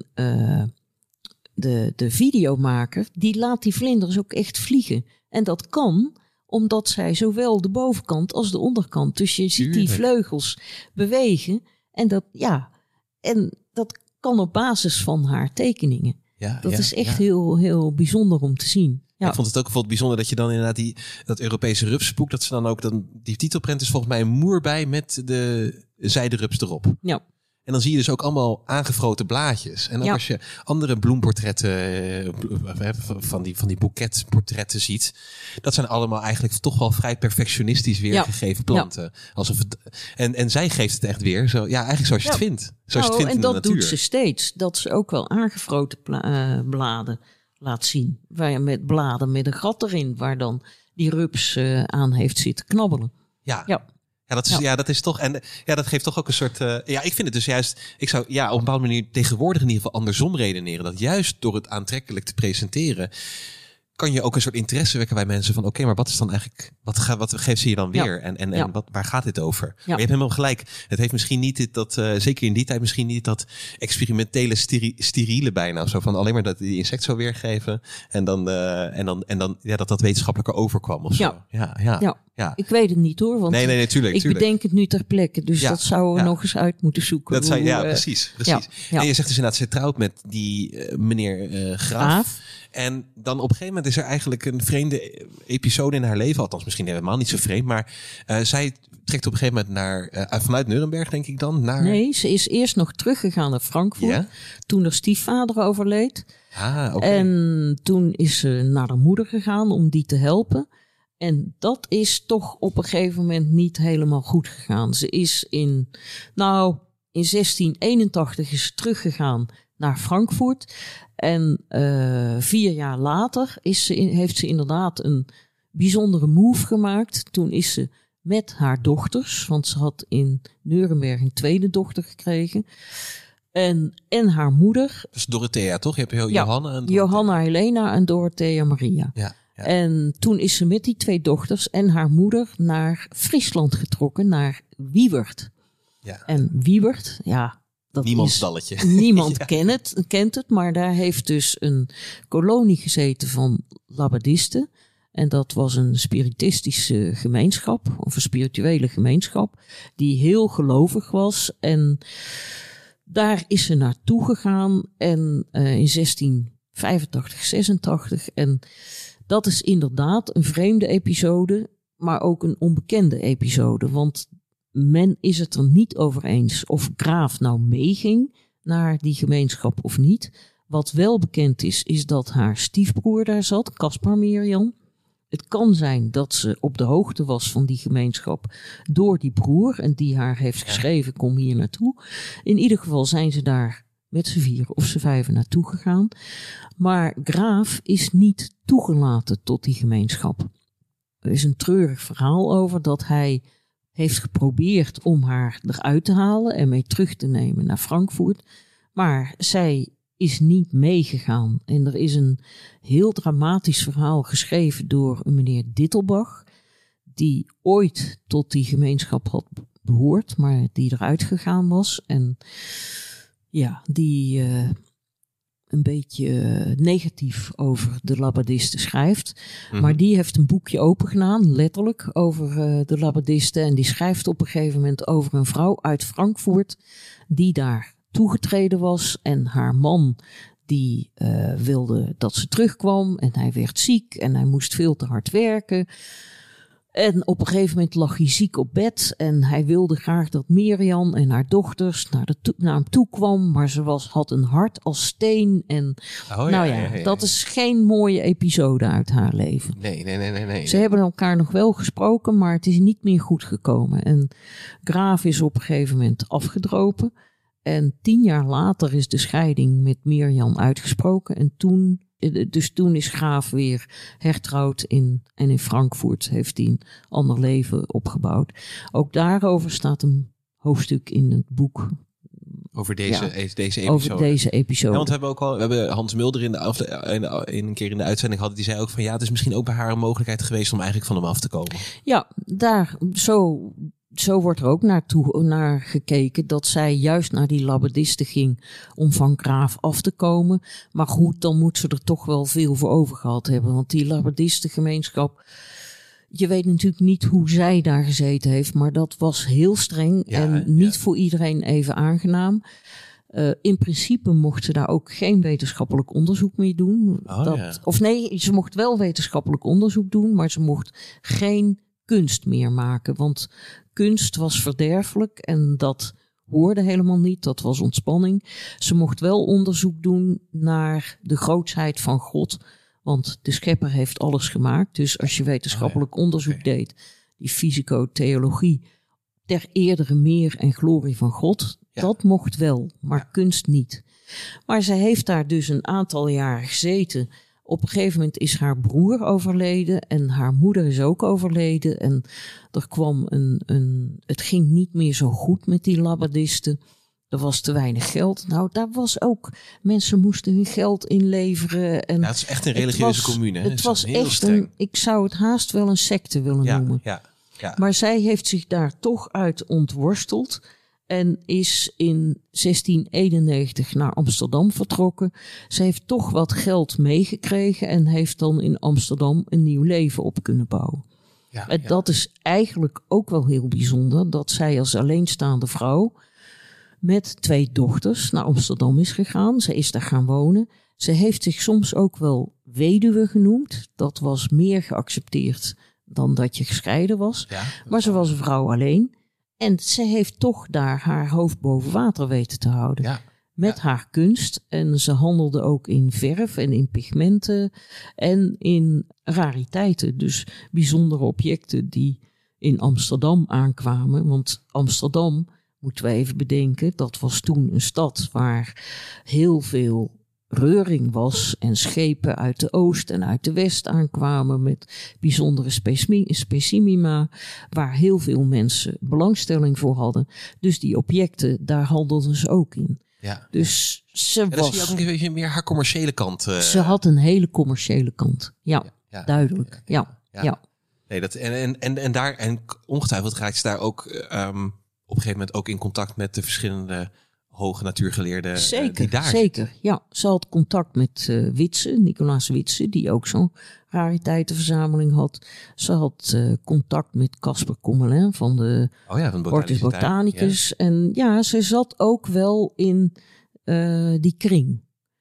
de videomaker, die laat die vlinders ook echt vliegen. En dat kan omdat zij zowel de bovenkant als de onderkant, dus je ziet die vleugels bewegen en dat kan op basis van haar tekeningen. Dat is echt heel, heel bijzonder om te zien. Ja. Ik vond het ook bijvoorbeeld bijzonder dat je dan inderdaad dat Europese rupsboek, dat ze dan ook die titelprint is volgens mij een moer bij met de zijderups erop. Ja. En dan zie je dus ook allemaal aangevroten blaadjes. En ook als je andere bloemportretten van die boeketportretten ziet, dat zijn allemaal eigenlijk toch wel vrij perfectionistisch weergegeven planten. Alsof en zij geeft het echt weer zo, eigenlijk zoals je het vindt. Zoals je het vindt en in de dat natuur. Doet ze steeds. Dat ze ook wel aangevroten bladen laat zien. Waar je met bladen met een gat erin, waar dan die rups aan heeft zitten knabbelen. Ja, dat is toch. En dat geeft toch ook een soort. Ik vind het dus juist. Ik zou op een bepaalde manier tegenwoordig in ieder geval andersom redeneren. Dat juist door het aantrekkelijk te presenteren, kan je ook een soort interesse wekken bij mensen van oké, maar wat is dan eigenlijk, wat geeft ze je dan weer? En waar gaat dit over? Maar je hebt helemaal gelijk. Het heeft misschien niet zeker in die tijd misschien niet dat experimentele steriele bijna. Zo van alleen maar dat die insect zou weergeven en dan dat wetenschappelijker overkwam of zo. Ja. Ik weet het niet hoor. Want nee, tuurlijk. Ik bedenk het nu ter plekke. Dus dat zouden we nog eens uit moeten zoeken. Precies. Ja. En je zegt dus inderdaad, ze trouwt met die meneer Graaf. En dan op een gegeven moment is er eigenlijk een vreemde episode in haar leven. Althans, misschien helemaal niet zo vreemd. Maar zij trekt op een gegeven moment vanuit Nuremberg, denk ik dan. Nee, ze is eerst nog teruggegaan naar Frankfurt. Toen haar stiefvader overleed. En toen is ze naar haar moeder gegaan om die te helpen. En dat is toch op een gegeven moment niet helemaal goed gegaan. Ze is in 1681 is ze teruggegaan naar Frankfurt. En 4 jaar later heeft ze inderdaad een bijzondere move gemaakt. Toen is ze met haar dochters, want ze had in Nuremberg een tweede dochter gekregen. En haar moeder. Dus Dorothea, toch? Je hebt Johanna en Johanna Helena en Dorothea Maria. Ja. En toen is ze met die 2 dochters en haar moeder naar Friesland getrokken, naar Wiewert. Ja. En Wiewert, dat Niemands dalletje. Niemand kent het, maar daar heeft dus een kolonie gezeten van Labadisten. En dat was een spiritistische gemeenschap, of een spirituele gemeenschap, die heel gelovig was. En daar is ze naartoe gegaan in 1685, 86. En dat is inderdaad een vreemde episode, maar ook een onbekende episode. Want men is het er niet over eens of Graaf nou meeging naar die gemeenschap of niet. Wat wel bekend is dat haar stiefbroer daar zat, Caspar Merian. Het kan zijn dat ze op de hoogte was van die gemeenschap door die broer en die haar heeft geschreven, kom hier naartoe. In ieder geval zijn ze daar met z'n 4 of z'n 5 naartoe gegaan. Maar Graaf is niet toegelaten tot die gemeenschap. Er is een treurig verhaal over dat hij heeft geprobeerd om haar eruit te halen en mee terug te nemen naar Frankfurt. Maar zij is niet meegegaan. En er is een heel dramatisch verhaal geschreven door een meneer Dittelbach, die ooit tot die gemeenschap had behoord, maar die eruit gegaan was. En die een beetje negatief over de Labadisten schrijft. Mhm. Maar die heeft een boekje opengedaan, letterlijk, over de Labadisten. En die schrijft op een gegeven moment over een vrouw uit Frankfurt die daar toegetreden was. En haar man die wilde dat ze terugkwam en hij werd ziek en hij moest veel te hard werken. En op een gegeven moment lag hij ziek op bed en hij wilde graag dat Mirjam en haar dochters naar hem toe kwam. Maar ze had een hart als steen en dat is geen mooie episode uit haar leven. Nee. Ze hebben elkaar nog wel gesproken, maar het is niet meer goed gekomen. En Graaf is op een gegeven moment afgedropen. En 10 jaar later is de scheiding met Mirjam uitgesproken. En toen is Graaf weer hertrouwd in Frankfurt. Heeft hij een ander leven opgebouwd. Ook daarover staat een hoofdstuk in het boek. Over deze episode. Over deze episode. Ja, want we hebben Hans Mulder een keer in de uitzending gehad. Die zei ook van het is misschien ook bij haar een mogelijkheid geweest om eigenlijk van hem af te komen. Ja, zo wordt er ook naar gekeken dat zij juist naar die Labadisten ging om van Graaf af te komen. Maar goed, dan moet ze er toch wel veel voor over gehad hebben. Want die Labadistengemeenschap, je weet natuurlijk niet hoe zij daar gezeten heeft, maar dat was heel streng en niet voor iedereen even aangenaam. In principe mocht ze daar ook geen wetenschappelijk onderzoek meer doen. Of nee, ze mocht wel wetenschappelijk onderzoek doen, maar ze mocht geen kunst meer maken. Want kunst was verderfelijk en dat hoorde helemaal niet. Dat was ontspanning. Ze mocht wel onderzoek doen naar de grootsheid van God. Want de schepper heeft alles gemaakt. Dus als je wetenschappelijk onderzoek deed, die fysico-theologie, ter eerdere meer en glorie van God, dat mocht wel, maar kunst niet. Maar ze heeft daar dus een aantal jaren gezeten. Op een gegeven moment is haar broer overleden en haar moeder is ook overleden. En er kwam het ging niet meer zo goed met die Labadisten. Er was te weinig geld. Nou, daar was ook, mensen moesten hun geld inleveren. En het is echt een religieuze commune. Het was echt ik zou het haast wel een secte willen noemen. Ja. Maar zij heeft zich daar toch uit ontworsteld. En is in 1691 naar Amsterdam vertrokken. Ze heeft toch wat geld meegekregen en heeft dan in Amsterdam een nieuw leven op kunnen bouwen. Dat is eigenlijk ook wel heel bijzonder, dat zij als alleenstaande vrouw met 2 dochters naar Amsterdam is gegaan. Ze is daar gaan wonen. Ze heeft zich soms ook wel weduwe genoemd. Dat was meer geaccepteerd dan dat je gescheiden was. Maar ze was een vrouw alleen. En ze heeft toch daar haar hoofd boven water weten te houden. Met haar kunst. En ze handelde ook in verf en in pigmenten en in rariteiten. Dus bijzondere objecten die in Amsterdam aankwamen. Want Amsterdam, moeten we even bedenken, dat was toen een stad waar heel veel reuring was en schepen uit de oost en uit de west aankwamen met bijzondere specimina, waar heel veel mensen belangstelling voor hadden. Dus die objecten, daar handelden ze ook in. Dus ze was... Dan zie je ook een beetje meer haar commerciële kant. Ze had een hele commerciële kant. Duidelijk. Ja. Nee, en ongetwijfeld raakt ze daar ook op een gegeven moment ook in contact met de verschillende hoge natuurgeleerden die daar Zeker, ja. Ze had contact met Nicolaas Witse, die ook zo'n rariteitenverzameling had. Ze had contact met Casper Commelin van de Hortus Botanicus. Ja. En ze zat ook wel in die kring.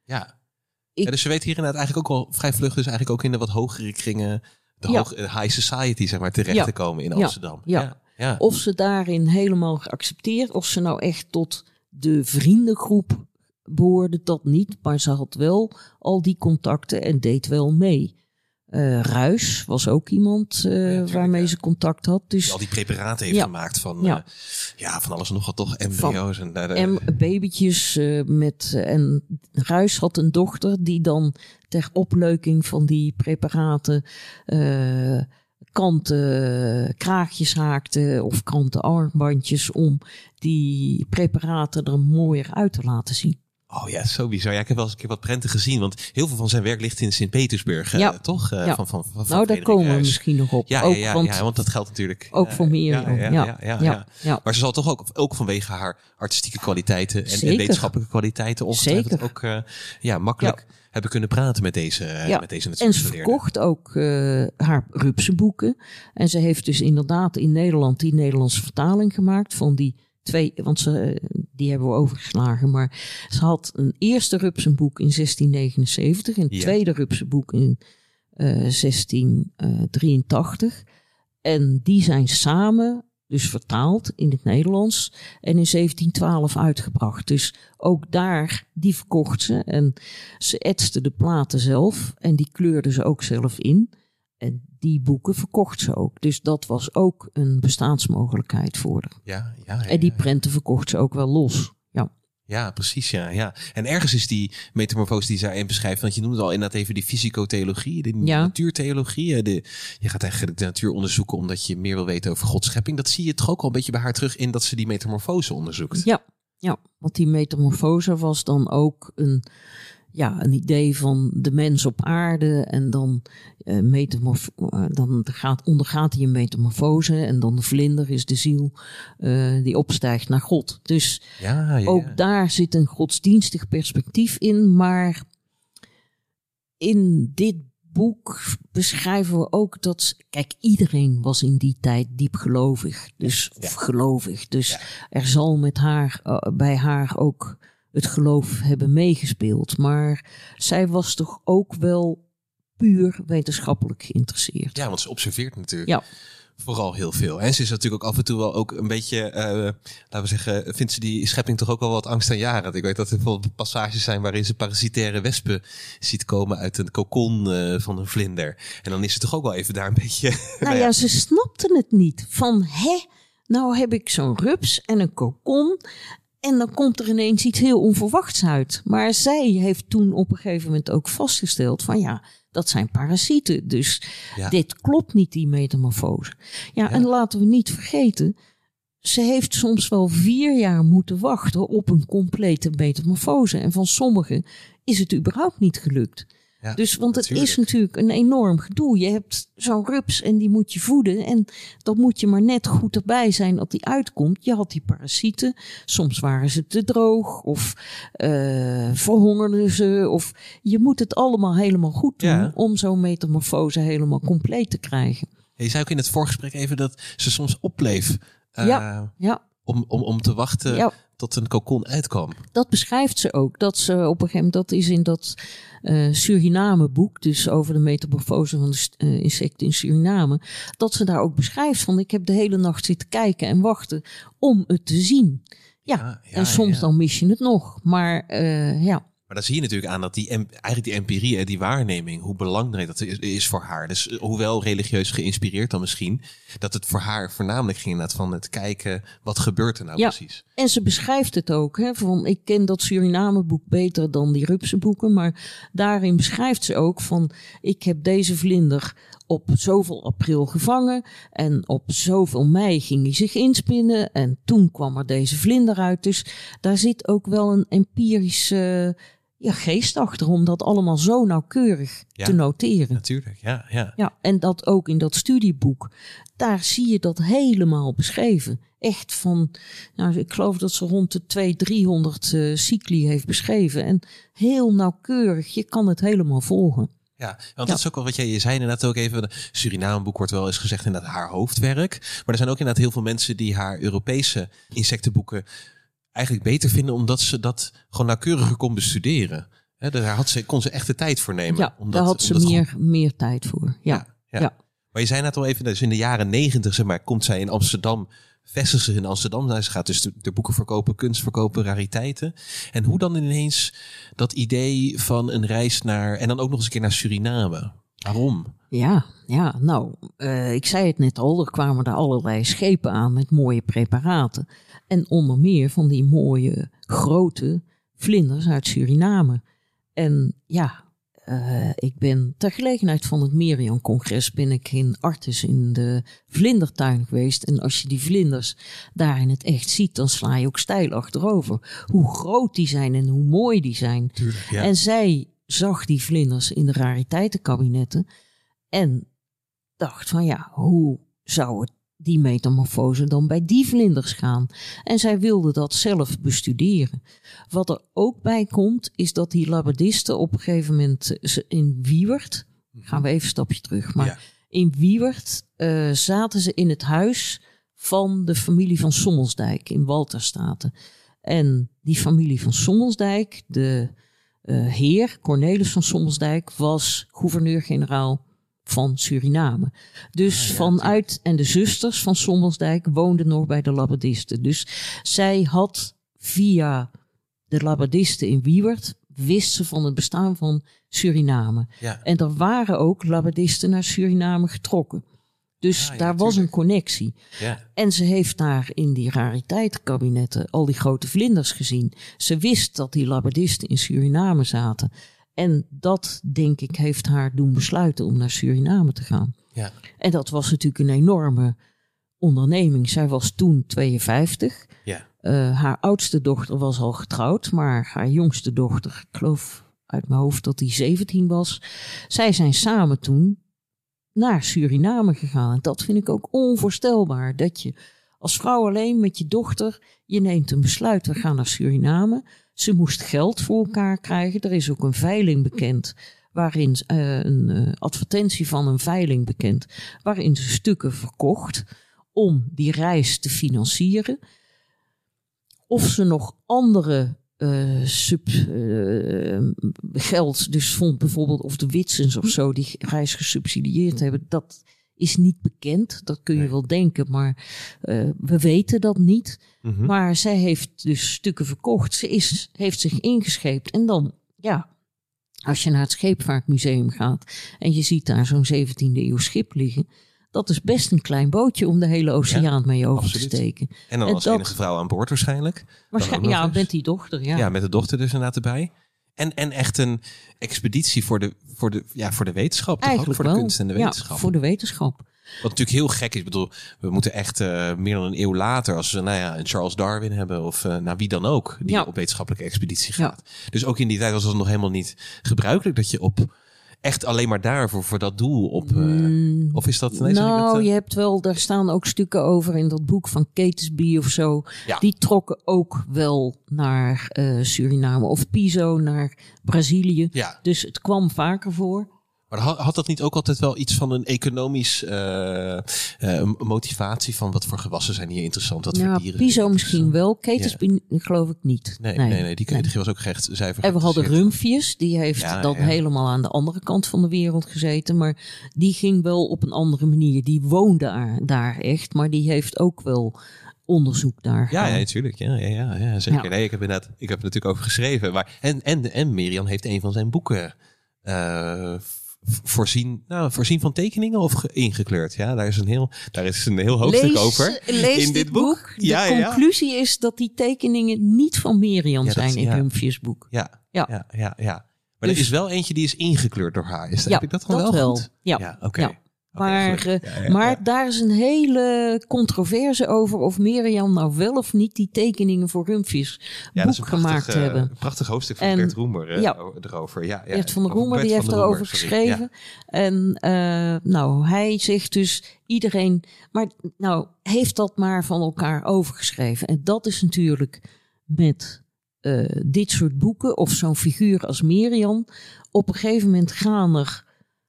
Dus ze weet hier inderdaad eigenlijk ook wel vrij vlug, dus eigenlijk ook in de wat hogere kringen, high society, zeg maar, terecht te komen in Amsterdam. Ja. Of ze daarin helemaal geaccepteerd, of ze nou echt tot de vriendengroep behoorde, dat niet. Maar ze had wel al die contacten en deed wel mee. Ruys was ook iemand waarmee ze contact had. Dus die al die preparaten heeft gemaakt van van alles en nog wat, toch? Embryo's en babytjes en Ruys had een dochter die dan ter opleuking van die preparaten kanten kraagjes haakte of kanten armbandjes om die preparaten er mooier uit te laten zien. Oh ja, zo bizar. Ja, ik heb wel eens een keer wat prenten gezien. Want heel veel van zijn werk ligt in Sint-Petersburg, toch? Van nou, daar komen we misschien nog op. Want dat geldt natuurlijk. Ook voor Miriam. Ja. Maar ze zal toch ook vanwege haar artistieke kwaliteiten en wetenschappelijke kwaliteiten ongetwijfeld ook makkelijk hebben kunnen praten met deze natuurgeleerde. En ze verkocht ook haar rupsenboeken. En ze heeft dus inderdaad in Nederland die Nederlandse vertaling gemaakt van die 2, want die hebben we overgeslagen. Maar ze had een eerste rupsenboek in 1679, een tweede rupsenboek in 1683. En die zijn samen dus vertaald in het Nederlands en in 1712 uitgebracht. Dus ook daar, die verkocht ze. En ze etste de platen zelf en die kleurde ze ook zelf in. En die boeken verkocht ze ook. Dus dat was ook een bestaansmogelijkheid voor haar. En die prenten verkocht ze ook wel los. Ja, precies, ja. En ergens is die metamorfose die zij beschrijft, want je noemde al inderdaad even die fysicotheologie, de natuurtheologie. Je gaat eigenlijk de natuur onderzoeken omdat je meer wil weten over Gods schepping. Dat zie je toch ook al een beetje bij haar terug in dat ze die metamorfose onderzoekt. Ja, want die metamorfose was dan ook een idee van de mens op aarde en dan, ondergaat hij een metamorfose en dan de vlinder is de ziel die opstijgt naar God. Dus ook daar zit een godsdienstig perspectief in, maar in dit boek beschrijven we ook dat, kijk, iedereen was in die tijd diep gelovig. Dus er zal bij haar ook het geloof hebben meegespeeld. Maar zij was toch ook wel puur wetenschappelijk geïnteresseerd. Ja, want ze observeert natuurlijk vooral heel veel. En ze is natuurlijk ook af en toe wel ook een beetje, laten we zeggen, vindt ze die schepping toch ook wel wat angstaanjagend. Ik weet dat er bijvoorbeeld passages zijn waarin ze parasitaire wespen ziet komen uit een kokon van een vlinder. En dan is ze toch ook wel even daar een beetje... ze snapte het niet. Van, nou heb ik zo'n rups en een kokon en dan komt er ineens iets heel onverwachts uit. Maar zij heeft toen op een gegeven moment ook vastgesteld van dat zijn parasieten. Dus dit klopt niet, die metamorfose. En laten we niet vergeten, ze heeft soms wel 4 jaar moeten wachten op een complete metamorfose. En van sommigen is het überhaupt niet gelukt. Ja, dus, want het is natuurlijk een enorm gedoe. Je hebt zo'n rups en die moet je voeden. En dan moet je maar net goed erbij zijn dat die uitkomt. Je had die parasieten. Soms waren ze te droog of verhongerden ze. Of je moet het allemaal helemaal goed doen om zo'n metamorfose helemaal compleet te krijgen. Je zei ook in het voorgesprek even dat ze soms opbleef. Om te wachten tot een kokon uitkwam. Dat beschrijft ze ook. Dat ze op een gegeven moment, dat is in dat Suriname-boek, dus over de metamorfose van de insecten in Suriname, dat ze daar ook beschrijft van, ik heb de hele nacht zitten kijken en wachten om het te zien. En soms dan mis je het nog. Maar Maar dan zie je natuurlijk aan dat die empirie, die waarneming, hoe belangrijk dat is voor haar. Dus hoewel religieus geïnspireerd dan misschien, dat het voor haar voornamelijk ging inderdaad van het kijken, wat gebeurt er nou precies. En ze beschrijft het ook. Van, ik ken dat Suriname-boek beter dan die rupsenboeken, maar daarin beschrijft ze ook van, ik heb deze vlinder op zoveel april gevangen en op zoveel mei ging hij zich inspinnen en toen kwam er deze vlinder uit. Dus daar zit ook wel een empirische geest achter om dat allemaal zo nauwkeurig te noteren. Natuurlijk, ja. En dat ook in dat studieboek, daar zie je dat helemaal beschreven. Echt van, ik geloof dat ze rond de 200-300 cycli heeft beschreven. En heel nauwkeurig, je kan het helemaal volgen. Ja, want dat is ook wel wat je zei inderdaad ook even. Suriname-boek wordt wel eens gezegd inderdaad haar hoofdwerk. Maar er zijn ook inderdaad heel veel mensen die haar Europese insectenboeken eigenlijk beter vinden, omdat ze dat gewoon nauwkeuriger kon bestuderen. Daar kon ze echt de tijd voor nemen. Ja, daar had ze meer tijd voor. Ja. Maar je zei net al even, dus in de jaren 90, komt zij in Amsterdam, vestigt ze in Amsterdam. Ze gaat dus de boeken verkopen, kunst verkopen, rariteiten. En hoe dan ineens dat idee van een reis naar, en dan ook nog eens een keer naar Suriname. Waarom? Ik zei het net al, er kwamen daar allerlei schepen aan met mooie preparaten. En onder meer van die mooie grote vlinders uit Suriname. En ik ben ter gelegenheid van het Merian-congres ben ik in Artes in de vlindertuin geweest. En als je die vlinders daar in het echt ziet, dan sla je ook steil achterover. Hoe groot die zijn en hoe mooi die zijn. Tuurlijk, ja. En zij zag die vlinders in de rariteitenkabinetten en dacht van ja, hoe zou het die metamorfose dan bij die vlinders gaan? En zij wilde dat zelf bestuderen. Wat er ook bij komt, is dat die labadisten op een gegeven moment in Wiewert, gaan we even een stapje terug, maar in Wiewert zaten ze in het huis van de familie van Sommelsdijk in Walterstaten. En die familie van Sommelsdijk, de heer Cornelis van Sommelsdijk, was gouverneur-generaal van Suriname. Dus vanuit, en de zusters van Sommelsdijk woonden nog bij de labadisten. Dus zij had via de labadisten in Wiewert, wist ze van het bestaan van Suriname. Ja. En er waren ook labadisten naar Suriname getrokken. Dus daar was een connectie. Ja. En ze heeft daar in die rariteitenkabinetten al die grote vlinders gezien. Ze wist dat die labadisten in Suriname zaten. En dat, denk ik, heeft haar doen besluiten om naar Suriname te gaan. Ja. En dat was natuurlijk een enorme onderneming. Zij was toen 52. Ja. Haar oudste dochter was al getrouwd, maar haar jongste dochter, ik geloof uit mijn hoofd dat die 17 was. Zij zijn samen toen naar Suriname gegaan. En dat vind ik ook onvoorstelbaar. Dat je als vrouw alleen met je dochter, je neemt een besluit, we gaan naar Suriname. Ze moest geld voor elkaar krijgen. Er is ook een veiling bekend, waarin een advertentie van een veiling bekend, waarin ze stukken verkocht om die reis te financieren. Of ze nog andere geld dus vond, bijvoorbeeld of de Witsens of zo die reis gesubsidieerd hebben, dat is niet bekend. Dat kun je wel denken, maar we weten dat niet. Mm-hmm. Maar zij heeft dus stukken verkocht. Ze heeft zich ingescheept. En dan, ja, als je naar het Scheepvaartmuseum gaat en je ziet daar zo'n 17e eeuw schip liggen, dat is best een klein bootje om de hele oceaan mee over te steken. En dan als enige vrouw aan boord waarschijnlijk. Waarschijnlijk, ja, met die dochter. Ja, met de dochter dus inderdaad erbij. En echt een expeditie voor de wetenschap. Toch ook voor de kunst en de wetenschap. Ja, voor de wetenschap. Wat natuurlijk heel gek is. Ik bedoel, we moeten echt meer dan een eeuw later, als we een Charles Darwin hebben of wie dan ook, die op wetenschappelijke expeditie gaat. Ja. Dus ook in die tijd was het nog helemaal niet gebruikelijk dat je op echt alleen maar daarvoor voor dat doel op. Of is dat? Nee, je hebt wel, daar staan ook stukken over in dat boek van Catesby of zo. Ja. Die trokken ook wel naar Suriname of Piso naar Brazilië. Ja. Dus het kwam vaker voor. Maar had dat niet ook altijd wel iets van een economisch motivatie van wat voor gewassen zijn hier interessant? Wat voor dieren? Piso misschien wel. Catesby geloof ik niet. Nee, die was ook echt zuiver. En we hadden Rumphius, die heeft helemaal aan de andere kant van de wereld gezeten. Maar die ging wel op een andere manier. Die woonde daar echt, maar die heeft ook wel onderzoek daar gedaan. Ja, natuurlijk. Ja, zeker. Ja. Nee, ik heb natuurlijk over geschreven. Maar, en Merian heeft een van zijn boeken voorzien van tekeningen of ingekleurd. Ja, daar is een heel hoofdstuk over. Lees in dit boek. De conclusie is dat die tekeningen niet van Merian zijn in Rumphius boek. Ja. Maar dus, er is wel eentje die is ingekleurd door haar. Heb ik dat gewoon wel goed? Ja, oké. Maar daar is een hele controverse over of Merian nou wel of niet die tekeningen voor Rumphius boek gemaakt hebben. Een prachtig hoofdstuk van Bert Roemer erover. Bert van der Roemer, die heeft erover geschreven. Ja. En hij zegt dus iedereen, maar heeft dat maar van elkaar overgeschreven. En dat is natuurlijk met dit soort boeken of zo'n figuur als Merian. Op een gegeven moment gaan er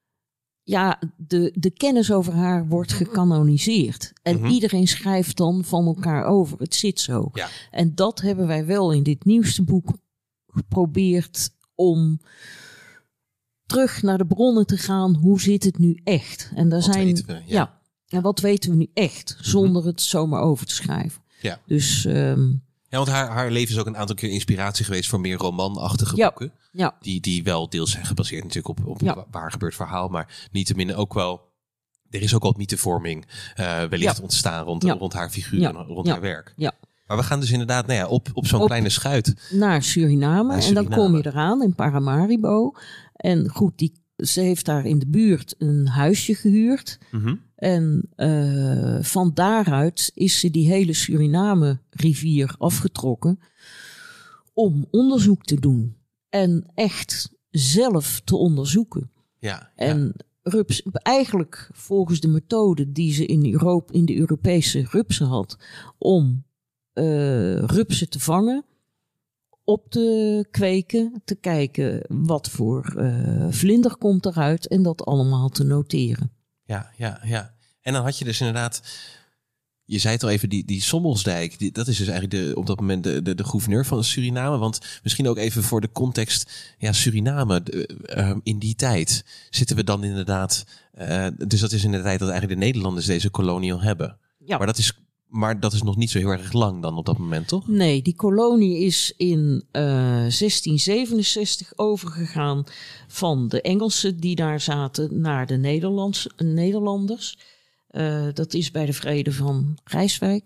de kennis over haar wordt gecanoniseerd. En iedereen schrijft dan van elkaar over. Het zit zo. Ja. En dat hebben wij wel in dit nieuwste boek geprobeerd om terug naar de bronnen te gaan. Hoe zit het nu echt? En daar weten we, en wat weten we nu echt? Zonder het zomaar over te schrijven. Ja. Dus ja, want haar leven is ook een aantal keer inspiratie geweest voor meer romanachtige boeken. Ja. Die wel deels zijn gebaseerd natuurlijk op een waar gebeurd verhaal. Maar niettemin ook wel, er is ook wat mythevorming wellicht ontstaan rond haar figuur en rond haar werk. Ja. Maar we gaan dus inderdaad op zo'n kleine schuit. Naar Suriname. En dan kom je eraan in Paramaribo. En goed, ze heeft daar in de buurt een huisje gehuurd. Mm-hmm. En van daaruit is ze die hele Suriname-rivier afgetrokken om onderzoek te doen. En echt zelf te onderzoeken. Ja. En eigenlijk volgens de methode die ze in de Europese rupsen had, om rupsen te vangen, op te kweken, te kijken wat voor vlinder komt eruit en dat allemaal te noteren. Ja. En dan had je dus inderdaad, je zei het al even, die Sommelsdijk, dat is dus eigenlijk op dat moment de gouverneur van Suriname. Want misschien ook even voor de context, Suriname in die tijd zitten we dan inderdaad, dus dat is in de tijd dat eigenlijk de Nederlanders deze kolonie al hebben. Ja. Maar dat is nog niet zo heel erg lang dan op dat moment, toch? Nee, die kolonie is in 1667 overgegaan van de Engelsen die daar zaten naar de Nederlanders. Dat is bij de Vrede van Rijswijk.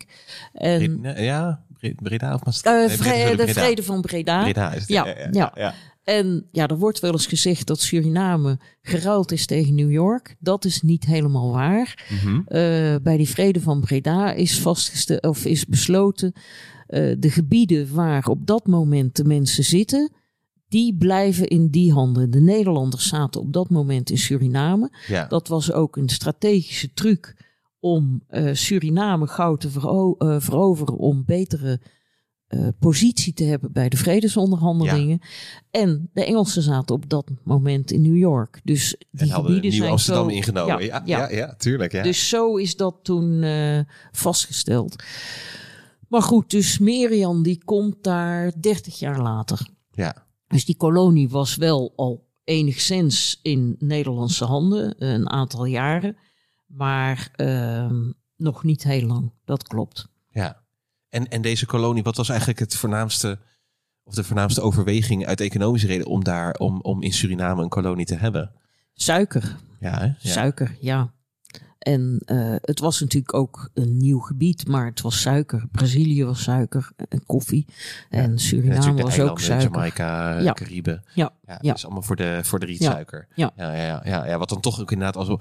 Breda of Maastricht? De Vrede van Breda. Breda is het. Ja. En er wordt wel eens gezegd dat Suriname geruild is tegen New York. Dat is niet helemaal waar. Mm-hmm. Bij die Vrede van Breda is besloten de gebieden waar op dat moment de mensen zitten, die blijven in die handen. De Nederlanders zaten op dat moment in Suriname. Ja. Dat was ook een strategische truc om Suriname gauw te veroveren, om betere positie te hebben bij de vredesonderhandelingen. Ja. En de Engelsen zaten op dat moment in New York. Dus die gebieden zijn Amsterdam ingenomen. Ja, tuurlijk. Ja. Dus zo is dat toen vastgesteld. Maar goed, dus Merian die komt daar 30 jaar later. Ja. Dus die kolonie was wel al enigszins in Nederlandse handen, een aantal jaren. Maar nog niet heel lang, dat klopt. Ja. En deze kolonie, wat was eigenlijk de voornaamste overweging uit economische reden om in Suriname een kolonie te hebben? Suiker. Ja, hè? Ja. Suiker, ja. En het was natuurlijk ook een nieuw gebied, maar het was suiker. Brazilië was suiker en koffie. En Suriname was ook suiker. Jamaica, Cariben. Ja. Dat is allemaal voor de rietsuiker. Ja, wat dan toch ook inderdaad als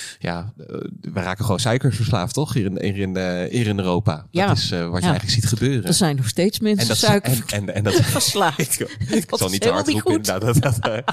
we raken gewoon suikerverslaafd, toch? Hier in Europa. Ja. Dat is wat je eigenlijk ziet gebeuren. Er zijn nog steeds mensen suiker en dat verslaafd. Ik zal niet te hard roepen inderdaad.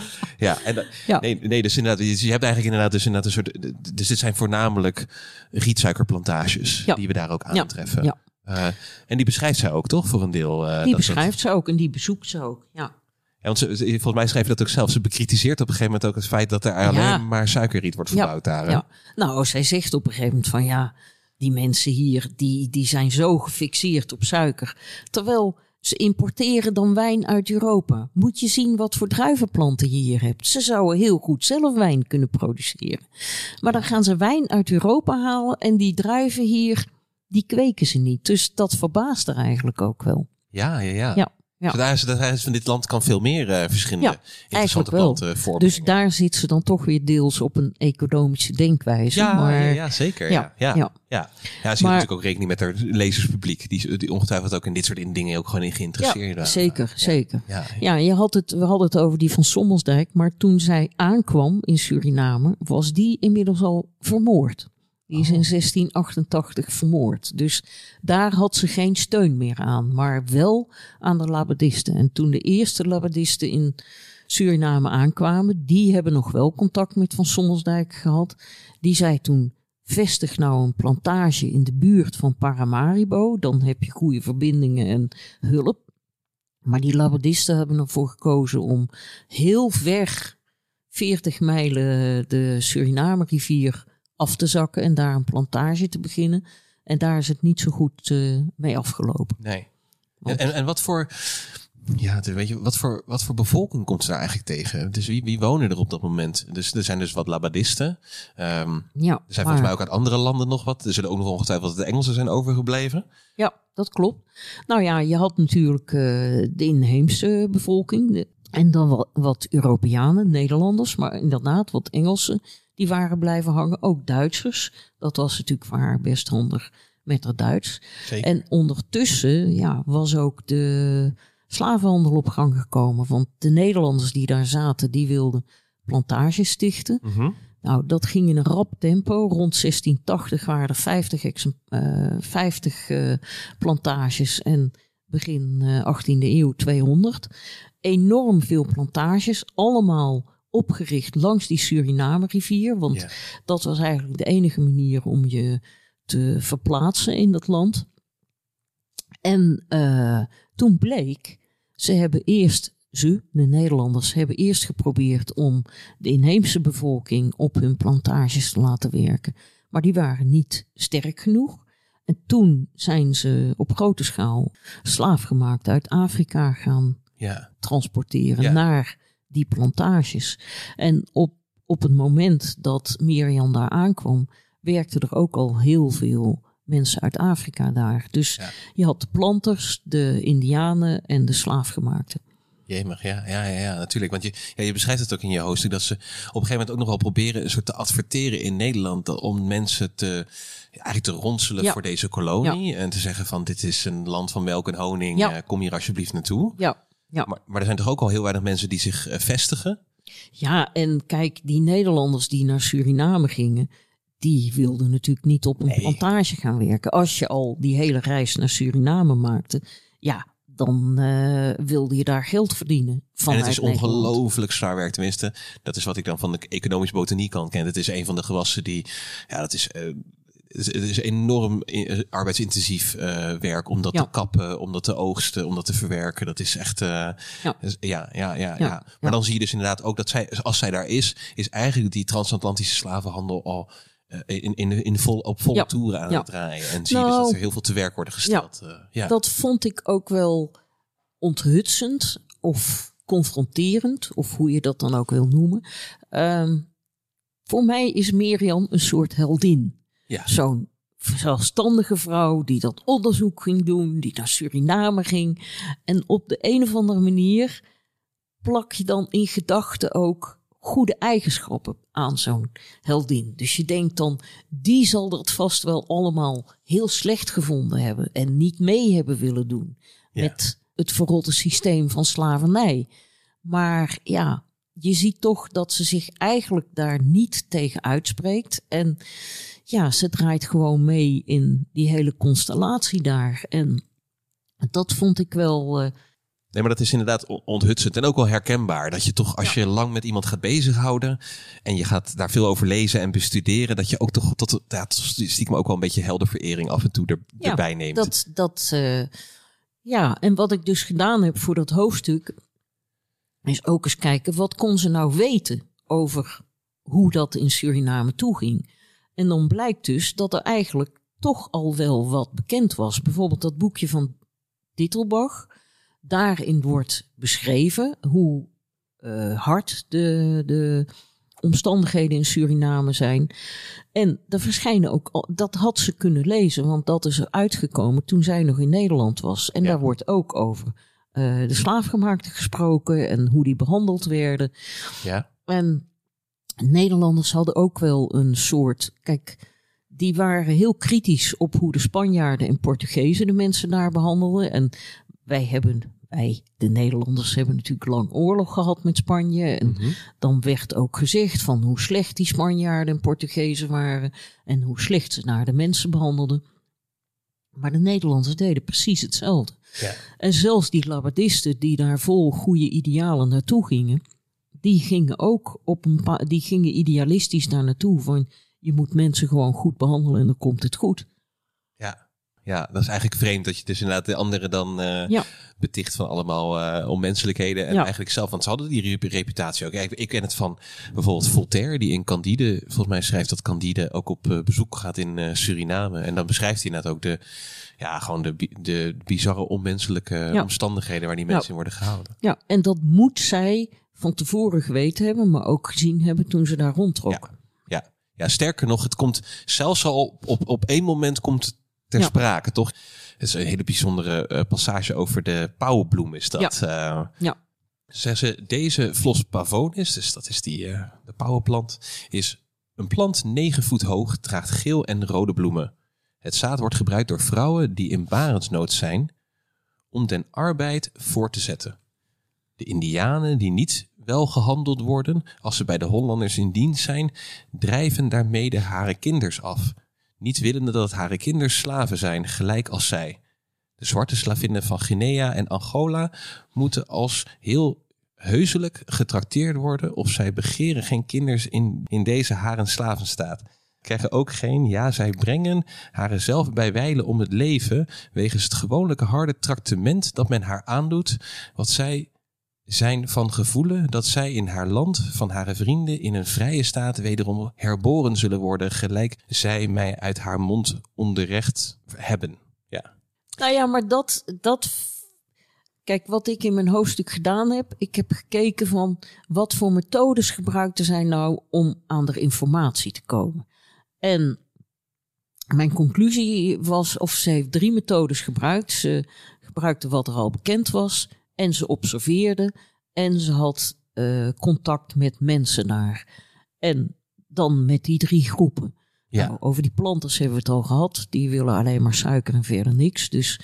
Nee, dus inderdaad, je hebt eigenlijk inderdaad een soort. Dus dit zijn voornamelijk rietsuikerplantages die we daar ook aantreffen. Ja. En die beschrijft zij ook, toch? Voor een deel. Die beschrijft ze ook en die bezoekt ze ook, ja. Want volgens mij schreef je dat ook zelf. Ze bekritiseert op een gegeven moment ook het feit dat er alleen maar suikerriet wordt verbouwd daar. Ja. Nou, zij zegt op een gegeven moment van die mensen hier, die zijn zo gefixeerd op suiker. Terwijl ze importeren dan wijn uit Europa. Moet je zien wat voor druivenplanten je hier hebt. Ze zouden heel goed zelf wijn kunnen produceren. Maar dan gaan ze wijn uit Europa halen en die druiven hier, die kweken ze niet. Dus dat verbaast er eigenlijk ook wel. Ja. Dus daar is van dit land kan veel meer verschillende interessante planten vormen. Dus daar zit ze dan toch weer deels op een economische denkwijze. Ja, zeker. Ja. Ze hield natuurlijk ook rekening met haar lezerspubliek. Die ongetwijfeld ook in dit soort dingen ook gewoon in geïnteresseerd waren. Zeker. We hadden het over die van Sommelsdijk. Maar toen zij aankwam in Suriname, was die inmiddels al vermoord. Die is in 1688 vermoord. Dus daar had ze geen steun meer aan. Maar wel aan de Labadisten. En toen de eerste Labadisten in Suriname aankwamen, die hebben nog wel contact met Van Sommelsdijk gehad. Die zei toen, vestig nou een plantage in de buurt van Paramaribo. Dan heb je goede verbindingen en hulp. Maar die Labadisten hebben ervoor gekozen om heel ver, 40 mijlen, de Suriname-rivier af te zakken en daar een plantage te beginnen. En daar is het niet zo goed mee afgelopen. Nee. En wat voor... Ja, weet je, wat voor bevolking komt ze daar eigenlijk tegen? Dus wie wonen er op dat moment? Dus er zijn dus wat Labadisten. Er zijn volgens mij ook uit andere landen nog wat. Er zullen ook nog ongetwijfeld de Engelsen zijn overgebleven. Ja, dat klopt. Nou ja, je had natuurlijk de inheemse bevolking. En dan wat Europeanen, Nederlanders. Maar inderdaad wat Engelsen. Die waren blijven hangen. Ook Duitsers. Dat was natuurlijk voor haar best handig. met het Duits. Zeker. En ondertussen was ook de slavenhandel op gang gekomen. Want de Nederlanders die daar zaten, die wilden plantages stichten. Mm-hmm. Nou, dat ging in een rap tempo. Rond 1680 waren er 50 plantages en begin 18e eeuw 200. Enorm veel plantages, allemaal opgericht langs die Suriname-rivier. Want dat was eigenlijk de enige manier om je te verplaatsen in dat land. En toen bleek, de Nederlanders hebben eerst geprobeerd om de inheemse bevolking op hun plantages te laten werken. Maar die waren niet sterk genoeg. En toen zijn ze op grote schaal slaafgemaakt uit Afrika gaan transporteren naar die plantages. En op het moment dat Myriam daar aankwam, werkten er ook al heel veel mensen uit Afrika daar. Dus je had de planters, de Indianen en de slaafgemaakten. Jemig, ja, natuurlijk. Want je beschrijft het ook in je hoofdstuk dat ze op een gegeven moment ook nog wel proberen een soort te adverteren in Nederland om mensen eigenlijk te ronselen voor deze kolonie. En te zeggen van dit is een land van melk en honing, kom hier alsjeblieft naartoe. Ja. Maar er zijn toch ook al heel weinig mensen die zich vestigen? Ja, en kijk, die Nederlanders die naar Suriname gingen, die wilden natuurlijk niet op een plantage gaan werken. Als je al die hele reis naar Suriname maakte, dan wilde je daar geld verdienen. En het is ongelooflijk zwaar werk. Tenminste, dat is wat ik dan van de economisch botaniek kan kennen. Het is een van de gewassen die, het is enorm arbeidsintensief werk om dat te kappen, om dat te oogsten, om dat te verwerken. Dat is echt, Maar dan zie je dus inderdaad ook dat zij, als zij daar is eigenlijk die transatlantische slavenhandel al op volle toeren aan het draaien. En zie je dus dat er heel veel te werk worden gesteld. Dat vond ik ook wel onthutsend of confronterend, of hoe je dat dan ook wil noemen. Voor mij is Myriam een soort heldin. Ja. Zo'n zelfstandige vrouw die dat onderzoek ging doen, die naar Suriname ging. En op de een of andere manier plak je dan in gedachten ook goede eigenschappen aan zo'n heldin. Dus je denkt dan, die zal dat vast wel allemaal heel slecht gevonden hebben en niet mee hebben willen doen met het verrotte systeem van slavernij. Maar je ziet toch dat ze zich eigenlijk daar niet tegen uitspreekt. En ze draait gewoon mee in die hele constellatie daar. En dat vond ik wel... Nee, maar dat is inderdaad onthutsend en ook wel herkenbaar. Dat je toch, als je lang met iemand gaat bezighouden en je gaat daar veel over lezen en bestuderen, dat je ook toch stiekem ook wel een beetje heldenverering af en toe erbij neemt. En wat ik dus gedaan heb voor dat hoofdstuk, is ook eens kijken, wat kon ze nou weten over hoe dat in Suriname toeging? En dan blijkt dus dat er eigenlijk toch al wel wat bekend was. Bijvoorbeeld dat boekje van Dittelbach. Daarin wordt beschreven hoe hard de omstandigheden in Suriname zijn. En er verschijnen ook, dat had ze kunnen lezen, want dat is er uitgekomen toen zij nog in Nederland was. En daar wordt ook over de slaafgemaakten gesproken en hoe die behandeld werden. Ja. En Nederlanders hadden ook wel een soort, die waren heel kritisch op hoe de Spanjaarden en Portugezen de mensen daar behandelden. En wij, de Nederlanders, hebben natuurlijk lang oorlog gehad met Spanje. En dan werd ook gezegd van hoe slecht die Spanjaarden en Portugezen waren. En hoe slecht ze naar de mensen behandelden. Maar de Nederlanders deden precies hetzelfde. Ja. En zelfs die labadisten die daar vol goede idealen naartoe gingen, die gingen ook die gingen idealistisch daar naartoe. Van je moet mensen gewoon goed behandelen en dan komt het goed. Ja, dat is eigenlijk vreemd dat je dus inderdaad de anderen dan beticht van allemaal onmenselijkheden. En eigenlijk zelf, want ze hadden die reputatie ook. Ik ken het van bijvoorbeeld Voltaire, die in Candide, volgens mij schrijft dat Candide ook op bezoek gaat in Suriname. En dan beschrijft hij inderdaad ook de bizarre onmenselijke omstandigheden waar die mensen in worden gehouden. Ja, en dat moet zij van tevoren geweten hebben, maar ook gezien hebben toen ze daar rondtrok. Ja, sterker nog, het komt zelfs al op één moment komt ter sprake, toch? Het is een hele bijzondere passage over de pauwenbloem is dat. Zeggen ze, deze Flos pavonis, dus dat is de pauwenplant, is een plant 9 voet hoog, draagt geel en rode bloemen. Het zaad wordt gebruikt door vrouwen die in barensnood zijn om den arbeid voor te zetten. De Indianen die niet wel gehandeld worden als ze bij de Hollanders in dienst zijn, drijven daarmede hare kinders af, niet willende dat hare kinders slaven zijn, gelijk als zij. De zwarte slavinnen van Guinea en Angola moeten als heel heuselijk getrakteerd worden of zij begeren geen kinders in deze haren slavenstaat. Krijgen ook geen, ja, zij brengen haar zelf bij wijlen om het leven, wegens het gewoonlijke harde traktement dat men haar aandoet, wat zij zijn van gevoelen dat zij in haar land van haar vrienden in een vrije staat wederom herboren zullen worden, gelijk zij mij uit haar mond onderrecht hebben. Ja. Nou ja, maar dat... Kijk, wat ik in mijn hoofdstuk gedaan heb, ik heb gekeken van wat voor methodes gebruikt er zijn nou om aan de informatie te komen. En mijn conclusie was, of ze heeft 3 methodes gebruikt. Ze gebruikte wat er al bekend was en ze observeerde en ze had contact met mensen daar. En dan met die 3 groepen. Ja. Nou, over die planters hebben we het al gehad. Die willen alleen maar suiker en verder niks. Dus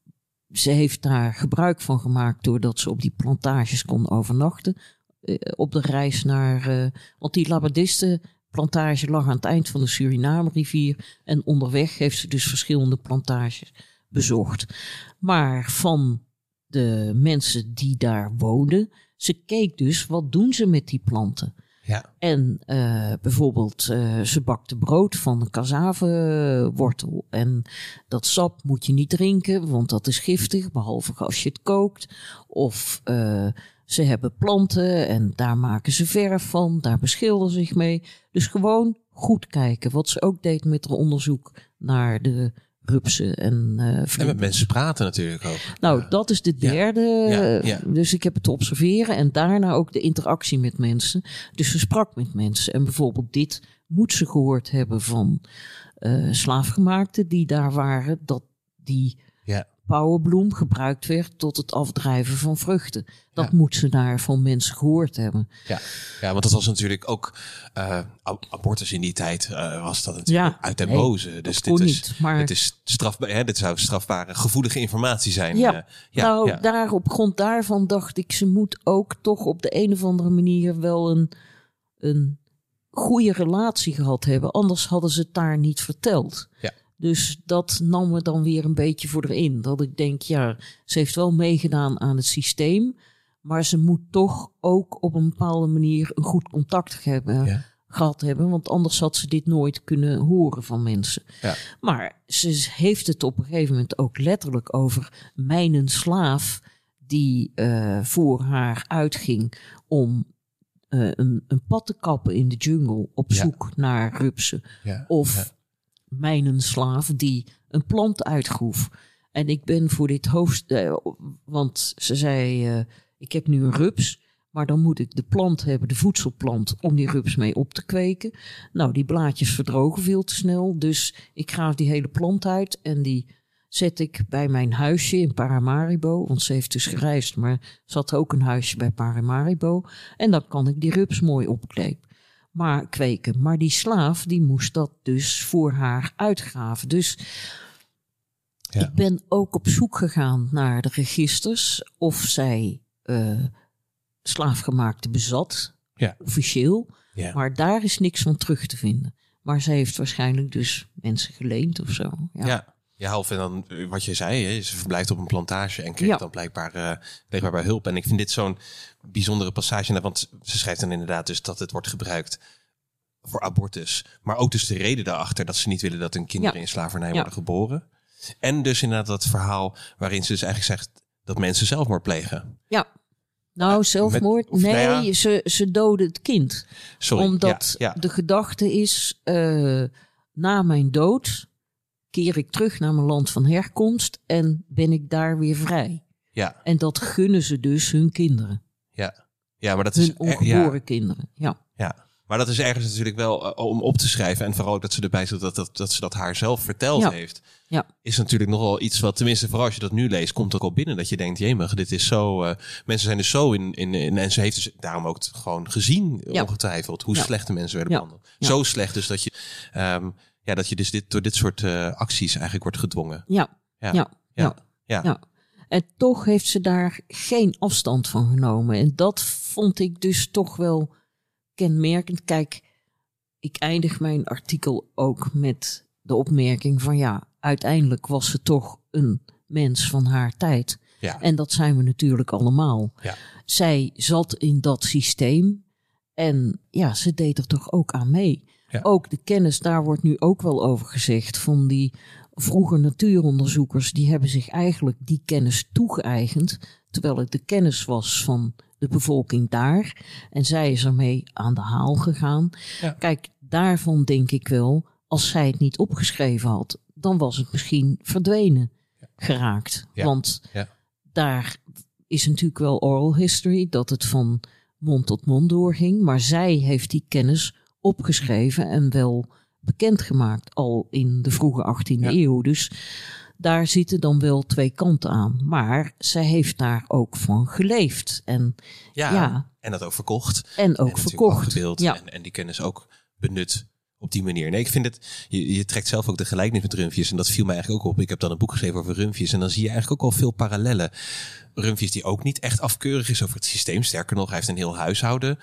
ze heeft daar gebruik van gemaakt doordat ze op die plantages kon overnachten. Op de reis naar... want die labardistenplantage lag aan het eind van de Suriname-rivier. En onderweg heeft ze dus verschillende plantages bezocht. Maar van de mensen die daar woonden, ze keek dus, wat doen ze met die planten? Ja. En bijvoorbeeld, ze bakte brood van een cassave-wortel. En dat sap moet je niet drinken, want dat is giftig, behalve als je het kookt. Of ze hebben planten en daar maken ze verf van, daar beschilderen ze zich mee. Dus gewoon goed kijken, wat ze ook deed met haar onderzoek naar de rupsen en met mensen praten natuurlijk ook. Nou, dat is de derde. Ja. Dus ik heb het te observeren en daarna ook de interactie met mensen. Dus ze sprak met mensen. En bijvoorbeeld dit moet ze gehoord hebben van slaafgemaakten die daar waren. Dat die pauwenbloem gebruikt werd tot het afdrijven van vruchten. Dat moet ze daar van mensen gehoord hebben. Ja, want dat was natuurlijk ook abortus in die tijd was dat natuurlijk uit den boze. Dus dit is strafbaar. Hè? Dit zou strafbare, gevoelige informatie zijn. Daar op grond daarvan dacht ik, ze moet ook toch op de een of andere manier wel een goede relatie gehad hebben. Anders hadden ze het daar niet verteld. Ja. Dus dat nam me dan weer een beetje voor erin. Dat ik denk, ze heeft wel meegedaan aan het systeem. Maar ze moet toch ook op een bepaalde manier een goed contact gehad hebben. Want anders had ze dit nooit kunnen horen van mensen. Ja. Maar ze heeft het op een gegeven moment ook letterlijk over mijn slaaf die voor haar uitging om een pad te kappen in de jungle op zoek naar rupsen. Ja. Of mijn slaaf die een plant uitgroef. En ik ben voor dit want ze zei, ik heb nu een rups, maar dan moet ik de plant hebben, de voedselplant, om die rups mee op te kweken. Nou, die blaadjes verdrogen veel te snel, dus ik graaf die hele plant uit en die zet ik bij mijn huisje in Paramaribo, want ze heeft dus gereisd, maar ze had ook een huisje bij Paramaribo. En dan kan ik die rups mooi kweken. Maar die slaaf, die moest dat dus voor haar uitgraven. Dus ik ben ook op zoek gegaan naar de registers of zij slaafgemaakte bezat, officieel. Ja. Maar daar is niks van terug te vinden. Maar zij heeft waarschijnlijk dus mensen geleend of zo. Ja, of en dan wat je zei, hè, ze verblijft op een plantage en kreeg dan blijkbaar hulp. En ik vind dit zo'n bijzondere passage, want ze schrijft dan inderdaad dus dat het wordt gebruikt voor abortus. Maar ook dus de reden daarachter dat ze niet willen dat hun kinderen in slavernij worden geboren. En dus inderdaad dat verhaal waarin ze dus eigenlijk zegt dat mensen zelfmoord plegen. Ja. Nou, zelfmoord? Ze doden het kind. Sorry. Omdat de gedachte is, na mijn dood keer ik terug naar mijn land van herkomst en ben ik daar weer vrij. Ja. En dat gunnen ze dus hun kinderen. Ja, maar dat hun is ongeboren kinderen. Ja. Maar dat is ergens natuurlijk wel om op te schrijven. En vooral ook dat ze erbij zit dat ze dat haar zelf verteld heeft. Ja. Is natuurlijk nogal iets wat, tenminste vooral als je dat nu leest, komt ook al binnen. Dat je denkt, jemig, dit is zo... mensen zijn dus zo in en ze heeft dus daarom ook gewoon gezien, ongetwijfeld, hoe slecht de mensen werden behandeld. Zo slecht dus dat je... dat je dus door dit soort acties eigenlijk wordt gedwongen. Ja. En toch heeft ze daar geen afstand van genomen. En dat vond ik dus toch wel kenmerkend. Kijk, ik eindig mijn artikel ook met de opmerking van uiteindelijk was ze toch een mens van haar tijd. Ja. En dat zijn we natuurlijk allemaal. Ja. Zij zat in dat systeem en ze deed er toch ook aan mee. Ja. Ook de kennis, daar wordt nu ook wel over gezegd, van die vroege natuuronderzoekers, die hebben zich eigenlijk die kennis toegeëigend, terwijl het de kennis was van de bevolking daar. En zij is ermee aan de haal gegaan. Ja. Kijk, daarvan denk ik wel, als zij het niet opgeschreven had, dan was het misschien verdwenen geraakt. Ja. Want daar is natuurlijk wel oral history, dat het van mond tot mond doorging. Maar zij heeft die kennis opgeschreven en wel bekendgemaakt al in de vroege 18e eeuw. Dus daar zitten dan wel twee kanten aan. Maar zij heeft daar ook van geleefd. En en dat ook verkocht. En ook verkocht. Afgebeeld en die kennis ook benut op die manier. Nee, ik vind het, je trekt zelf ook de gelijkenis met Rumphius en dat viel mij eigenlijk ook op. Ik heb dan een boek geschreven over Rumphius en dan zie je eigenlijk ook al veel parallellen. Rumphius die ook niet echt afkeurig is over het systeem. Sterker nog, hij heeft een heel huishouden.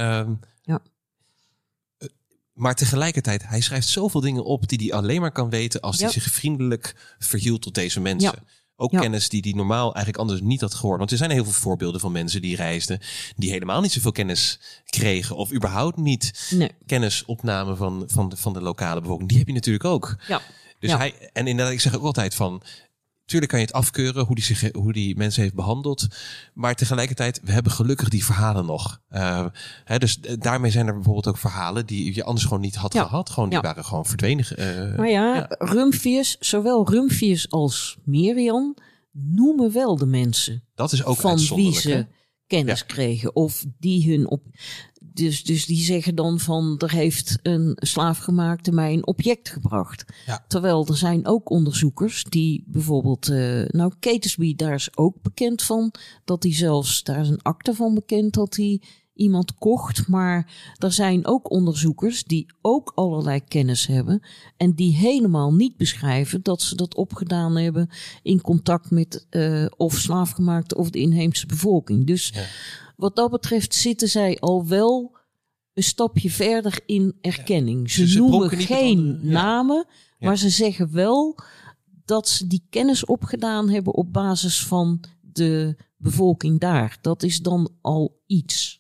Maar tegelijkertijd, hij schrijft zoveel dingen op die hij alleen maar kan weten als hij zich vriendelijk verhield tot deze mensen. Ook kennis die normaal eigenlijk anders niet had gehoord. Want er zijn heel veel voorbeelden van mensen die reisden, die helemaal niet zoveel kennis kregen of überhaupt niet kennis opnamen van de lokale bevolking. Die heb je natuurlijk ook. Ja. Dus hij, en inderdaad, ik zeg ook altijd van, tuurlijk kan je het afkeuren hoe die mensen heeft behandeld. Maar tegelijkertijd, we hebben gelukkig die verhalen nog. Dus daarmee zijn er bijvoorbeeld ook verhalen die je anders gewoon niet had gehad. Gewoon, die waren gewoon verdwenen. Maar Rumphius, zowel Rumphius als Merian noemen wel de mensen. Dat is ook van wie ze kennis kregen. Of die hun op. Dus die zeggen dan van, er heeft een slaafgemaakte mij een object gebracht. Ja. Terwijl er zijn ook onderzoekers die bijvoorbeeld, Catesby, daar is ook bekend van, dat hij zelfs, daar is een akte van bekend dat hij iemand kocht. Maar er zijn ook onderzoekers die ook allerlei kennis hebben en die helemaal niet beschrijven dat ze dat opgedaan hebben in contact met of slaafgemaakte of de inheemse bevolking. Dus wat dat betreft zitten zij al wel een stapje verder in erkenning. Ze noemen geen namen, maar ze zeggen wel dat ze die kennis opgedaan hebben op basis van de bevolking daar. Dat is dan al iets.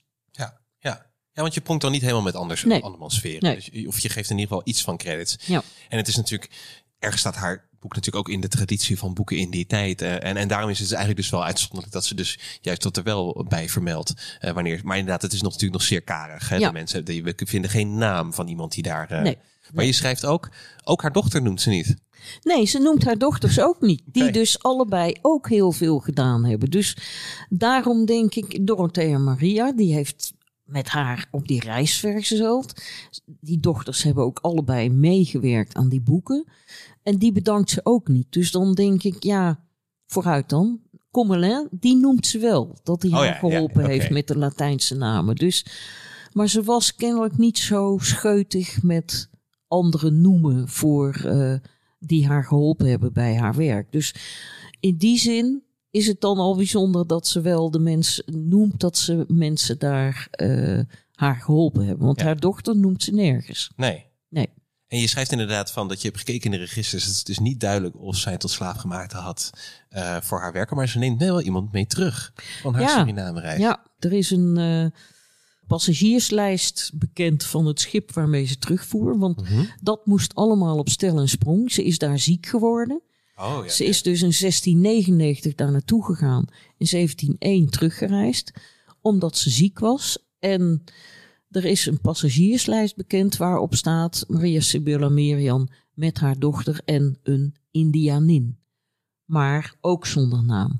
Ja, want je pronkt dan niet helemaal met andermans sferen. Nee. Dus, of je geeft in ieder geval iets van credits. Ja. En het is natuurlijk, ergens staat haar boek natuurlijk ook in de traditie van boeken in die tijd. En daarom is het eigenlijk dus wel uitzonderlijk dat ze dus juist dat er wel bij vermeldt. Maar inderdaad, het is natuurlijk nog zeer karig. Hè? De mensen, we vinden geen naam van iemand die daar... Maar je schrijft ook haar dochter noemt ze niet. Nee, ze noemt haar dochters ook niet. Die dus allebei ook heel veel gedaan hebben. Dus daarom denk ik, Dorothea Maria, die heeft met haar op die reis vergezeld. Die dochters hebben ook allebei meegewerkt aan die boeken. En die bedankt ze ook niet. Dus dan denk ik, vooruit dan. Comelin, die noemt ze wel. Dat hij haar geholpen heeft met de Latijnse namen. Dus, maar ze was kennelijk niet zo scheutig met andere noemen voor die haar geholpen hebben bij haar werk. Dus in die zin is het dan al bijzonder dat ze wel de mensen noemt, dat ze mensen daar haar geholpen hebben. Want haar dochter noemt ze nergens. Nee. En je schrijft inderdaad van dat je hebt gekeken in de registers. Het is niet duidelijk of zij tot slaafgemaakte had voor haar werken. Maar ze neemt wel iemand mee terug van haar Suriname-reis. Ja, er is een passagierslijst bekend van het schip waarmee ze terugvoer. Want dat moest allemaal op stel en sprong. Ze is daar ziek geworden. Ze is dus in 1699 daar naartoe gegaan. In 1701 teruggereisd. Omdat ze ziek was. En er is een passagierslijst bekend waarop staat Maria Sibylla Merian met haar dochter en een Indianin. Maar ook zonder naam.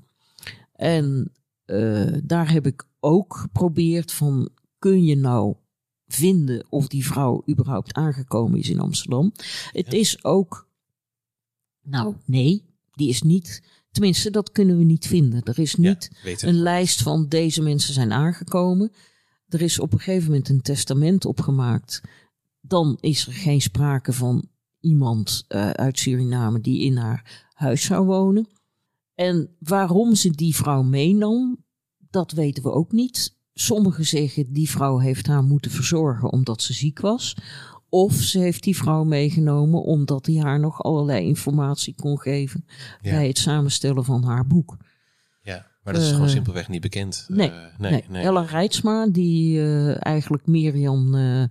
En daar heb ik ook geprobeerd van, kun je nou vinden of die vrouw überhaupt aangekomen is in Amsterdam? Het is ook, nee, die is niet, tenminste dat kunnen we niet vinden. Er is niet een lijst van deze mensen zijn aangekomen. Er is op een gegeven moment een testament opgemaakt. Dan is er geen sprake van iemand uit Suriname die in haar huis zou wonen. En waarom ze die vrouw meenam, dat weten we ook niet. Sommigen zeggen die vrouw heeft haar moeten verzorgen omdat ze ziek was. Of ze heeft die vrouw meegenomen omdat hij haar nog allerlei informatie kon geven bij het samenstellen van haar boek. Ja, maar dat is gewoon simpelweg niet bekend. Nee. Ella Reitsma, die eigenlijk Merian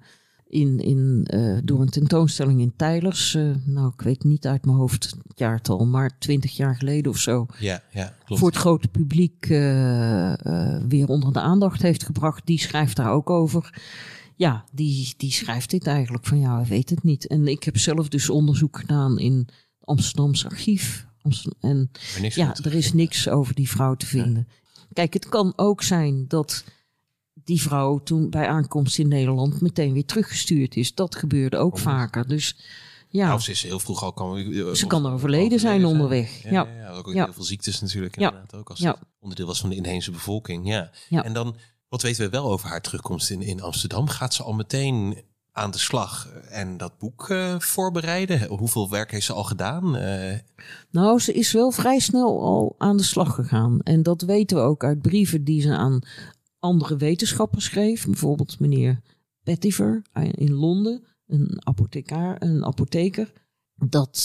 door een tentoonstelling in Teylers, ik weet niet uit mijn hoofd het jaartal, maar 20 jaar geleden of zo, ja, klopt. Voor het grote publiek weer onder de aandacht heeft gebracht. Die schrijft daar ook over. Ja, die schrijft dit eigenlijk van we weten het niet. En ik heb zelf dus onderzoek gedaan in het Amsterdamse archief. En er is niks over die vrouw te vinden. Ja. Kijk, het kan ook zijn dat die vrouw toen bij aankomst in Nederland meteen weer teruggestuurd is. Dat gebeurde ook vaker. Dus of ze is heel vroeg al ze kan overleden zijn onderweg. Ja. Ook heel veel ziektes natuurlijk inderdaad ook als het onderdeel was van de inheemse bevolking. Ja. En dan, wat weten we wel over haar terugkomst in Amsterdam? Gaat ze al meteen aan de slag en dat boek voorbereiden? Hoeveel werk heeft ze al gedaan? Ze is wel vrij snel al aan de slag gegaan. En dat weten we ook uit brieven die ze aan andere wetenschappers schreef. Bijvoorbeeld meneer Pettiver in Londen, een apotheker. Dat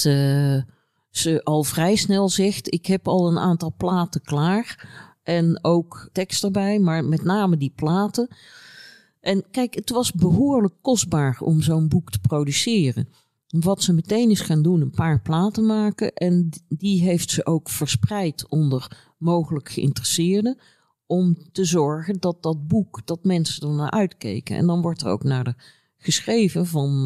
ze al vrij snel zegt, ik heb al een aantal platen klaar. En ook tekst erbij, maar met name die platen. En kijk, het was behoorlijk kostbaar om zo'n boek te produceren. Wat ze meteen is gaan doen, een paar platen maken. En die heeft ze ook verspreid onder mogelijk geïnteresseerden. Om te zorgen dat boek, dat mensen er naar uitkeken. En dan wordt er ook naar de geschreven van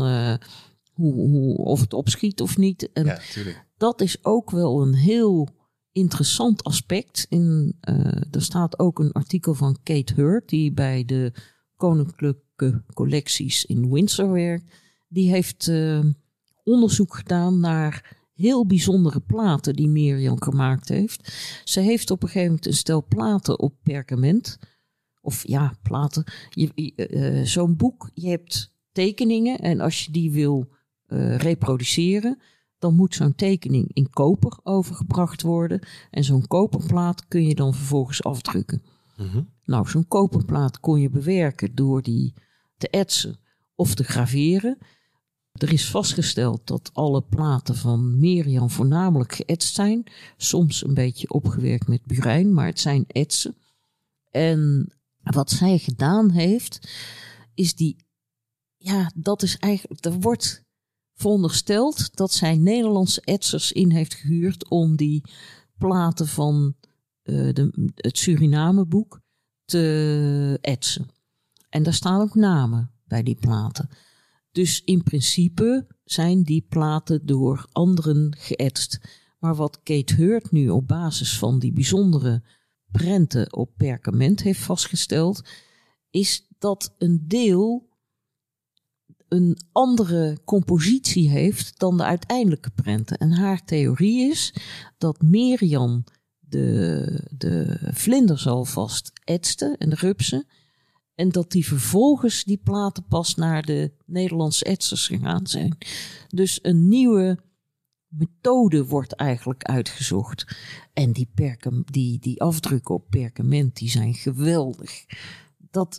of het opschiet of niet. En ja, tuurlijk. Dat is ook wel een heel interessant aspect. Er staat ook een artikel van Kate Hurt, die bij de Koninklijke Collecties in Windsor werkt. Die heeft onderzoek gedaan naar heel bijzondere platen die Merian gemaakt heeft. Ze heeft op een gegeven moment een stel platen op perkament. Of platen. Zo'n boek, je hebt tekeningen en als je die wil reproduceren, dan moet zo'n tekening in koper overgebracht worden. En zo'n koperplaat kun je dan vervolgens afdrukken. Mm-hmm. Zo'n koperplaat kon je bewerken door die te etsen of te graveren. Er is vastgesteld dat alle platen van Merian voornamelijk geëtst zijn. Soms een beetje opgewerkt met burijn, maar het zijn etsen. En wat zij gedaan heeft, is dat is eigenlijk, er wordt verondersteld dat zij Nederlandse etsers in heeft gehuurd om die platen van het Suriname-boek te etsen. En daar staan ook namen bij die platen. Dus in principe zijn die platen door anderen geëtst. Maar wat Kate Hurt nu op basis van die bijzondere prenten op perkament heeft vastgesteld, is dat een deel een andere compositie heeft dan de uiteindelijke prenten. En haar theorie is dat Merian de vlinders alvast etste en de rupsen. En dat die vervolgens die platen pas naar de Nederlandse etsers gegaan zijn. Dus een nieuwe methode wordt eigenlijk uitgezocht. En die afdrukken op perkament, die zijn geweldig. Dat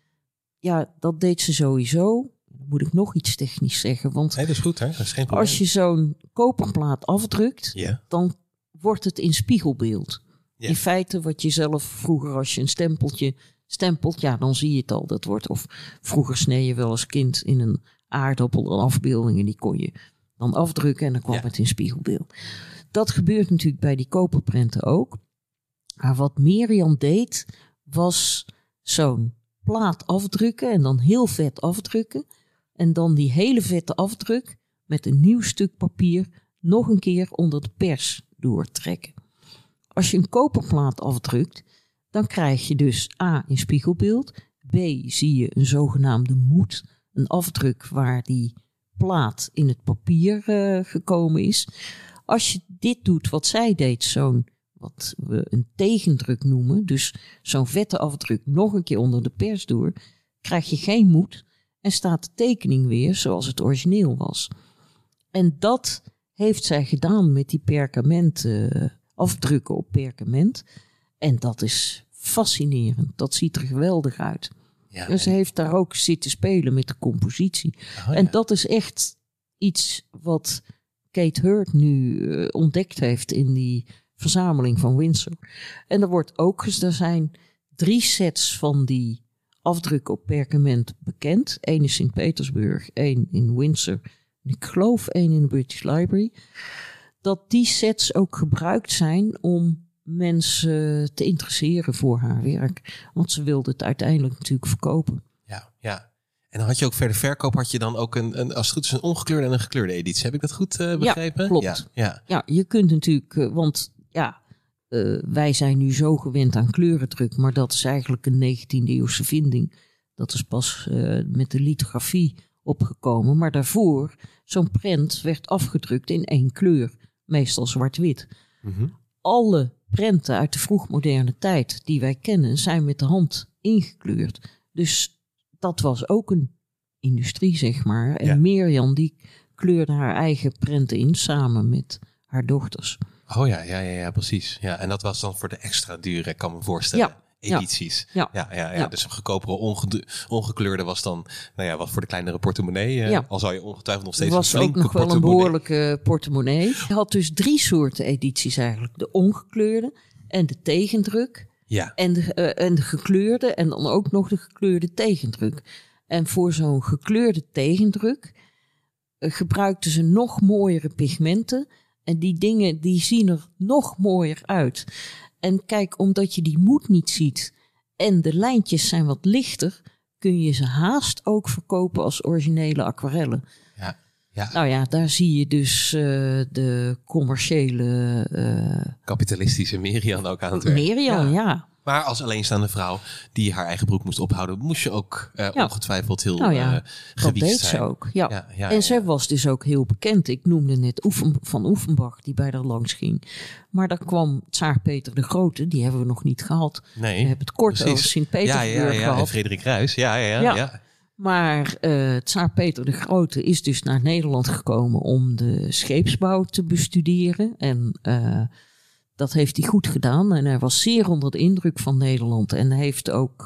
deed ze sowieso. Dan moet ik nog iets technisch zeggen. Want nee, dat is goed, hè? Dat is geen probleem. Als je zo'n koperplaat afdrukt, dan wordt het in spiegelbeeld. Ja. In feite wat je zelf vroeger als je een stempeltje stempelt, dan zie je het al. Dat wordt, of vroeger snee je wel als kind in een aardappel een afbeelding en die kon je dan afdrukken en dan kwam het in spiegelbeeld. Dat gebeurt natuurlijk bij die koperprenten ook. Maar wat Merian deed, was zo'n plaat afdrukken en dan heel vet afdrukken. En dan die hele vette afdruk met een nieuw stuk papier nog een keer onder de pers doortrekken. Als je een koperplaat afdrukt, dan krijg je dus A in spiegelbeeld, B zie je een zogenaamde moed, een afdruk waar die plaat in het papier gekomen is. Als je dit doet wat zij deed, wat we een tegendruk noemen, dus zo'n vette afdruk nog een keer onder de pers door, krijg je geen moed en staat de tekening weer zoals het origineel was. En dat heeft zij gedaan met die perkament, afdrukken op perkament. En dat is fascinerend. Dat ziet er geweldig uit. Ja, en ze heeft daar ook zitten spelen met de compositie. En dat is echt iets wat Kate Hurd nu ontdekt heeft in die verzameling van Windsor. En er zijn 3 sets van die afdrukken op perkament bekend. 1 in Sint-Petersburg, 1 in Windsor. En ik geloof 1 in de British Library. Dat die sets ook gebruikt zijn om mensen te interesseren voor haar werk. Want ze wilde het uiteindelijk natuurlijk verkopen. Ja. En dan had je ook verder verkoop, had je dan ook als het goed is een ongekleurde en een gekleurde editie. Heb ik dat goed begrepen? Ja, klopt. Ja, je kunt natuurlijk, wij zijn nu zo gewend aan kleurendruk, maar dat is eigenlijk een 19e eeuwse vinding. Dat is pas met de lithografie opgekomen. Maar daarvoor, zo'n prent werd afgedrukt in 1 kleur. Meestal zwart-wit. Mm-hmm. Alle prenten uit de vroegmoderne tijd die wij kennen, zijn met de hand ingekleurd. Dus dat was ook een industrie, zeg maar. En Merian die kleurde haar eigen prenten in samen met haar dochters. Oh ja, precies. Ja, en dat was dan voor de extra dure, kan me voorstellen, edities. Ja. Dus een goedkopere ongekleurde was dan, wat voor de kleinere portemonnee. Al zou je ongetwijfeld nog steeds een flinke was ook nog wel een behoorlijke portemonnee. Je had dus 3 soorten edities eigenlijk. De ongekleurde en de tegendruk. Ja. En de gekleurde en dan ook nog de gekleurde tegendruk. En voor zo'n gekleurde tegendruk gebruikten ze nog mooiere pigmenten. En die dingen die zien er nog mooier uit. En kijk, omdat je die moed niet ziet en de lijntjes zijn wat lichter, kun je ze haast ook verkopen als originele aquarellen. Ja. Nou ja, daar zie je dus de commerciële... kapitalistische Merian ook aan het werk. Merian, ja. Maar als alleenstaande vrouw die haar eigen broek moest ophouden, moest je ook ongetwijfeld heel gewiefd zijn. Dat deed ze ook, En zij was dus ook heel bekend. Ik noemde net Van Oefenbach, die bij haar langs ging. Maar daar kwam Tsaar Peter de Grote, die hebben we nog niet gehad. Nee, we hebben het kort over Sint-Petersburg gehad. En Frederik Ruijs, ja. Maar Tsaar Peter de Grote is dus naar Nederland gekomen om de scheepsbouw te bestuderen. En dat heeft hij goed gedaan. En hij was zeer onder de indruk van Nederland. En heeft ook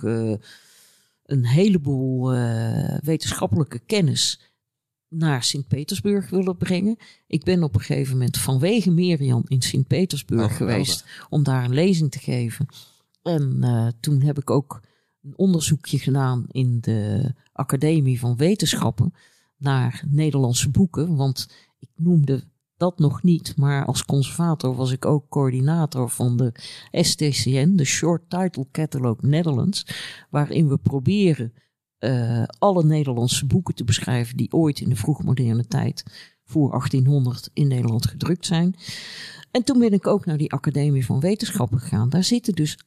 een heleboel wetenschappelijke kennis naar Sint-Petersburg willen brengen. Ik ben op een gegeven moment vanwege Merian in Sint-Petersburg geweest om daar een lezing te geven. En toen heb ik ook een onderzoekje gedaan in de Academie van Wetenschappen naar Nederlandse boeken. Want ik noemde dat nog niet, maar als conservator was ik ook coördinator van de STCN, de Short Title Catalogue Netherlands, waarin we proberen alle Nederlandse boeken te beschrijven die ooit in de vroegmoderne tijd voor 1800 in Nederland gedrukt zijn. En toen ben ik ook naar die Academie van Wetenschappen gegaan. Daar zitten dus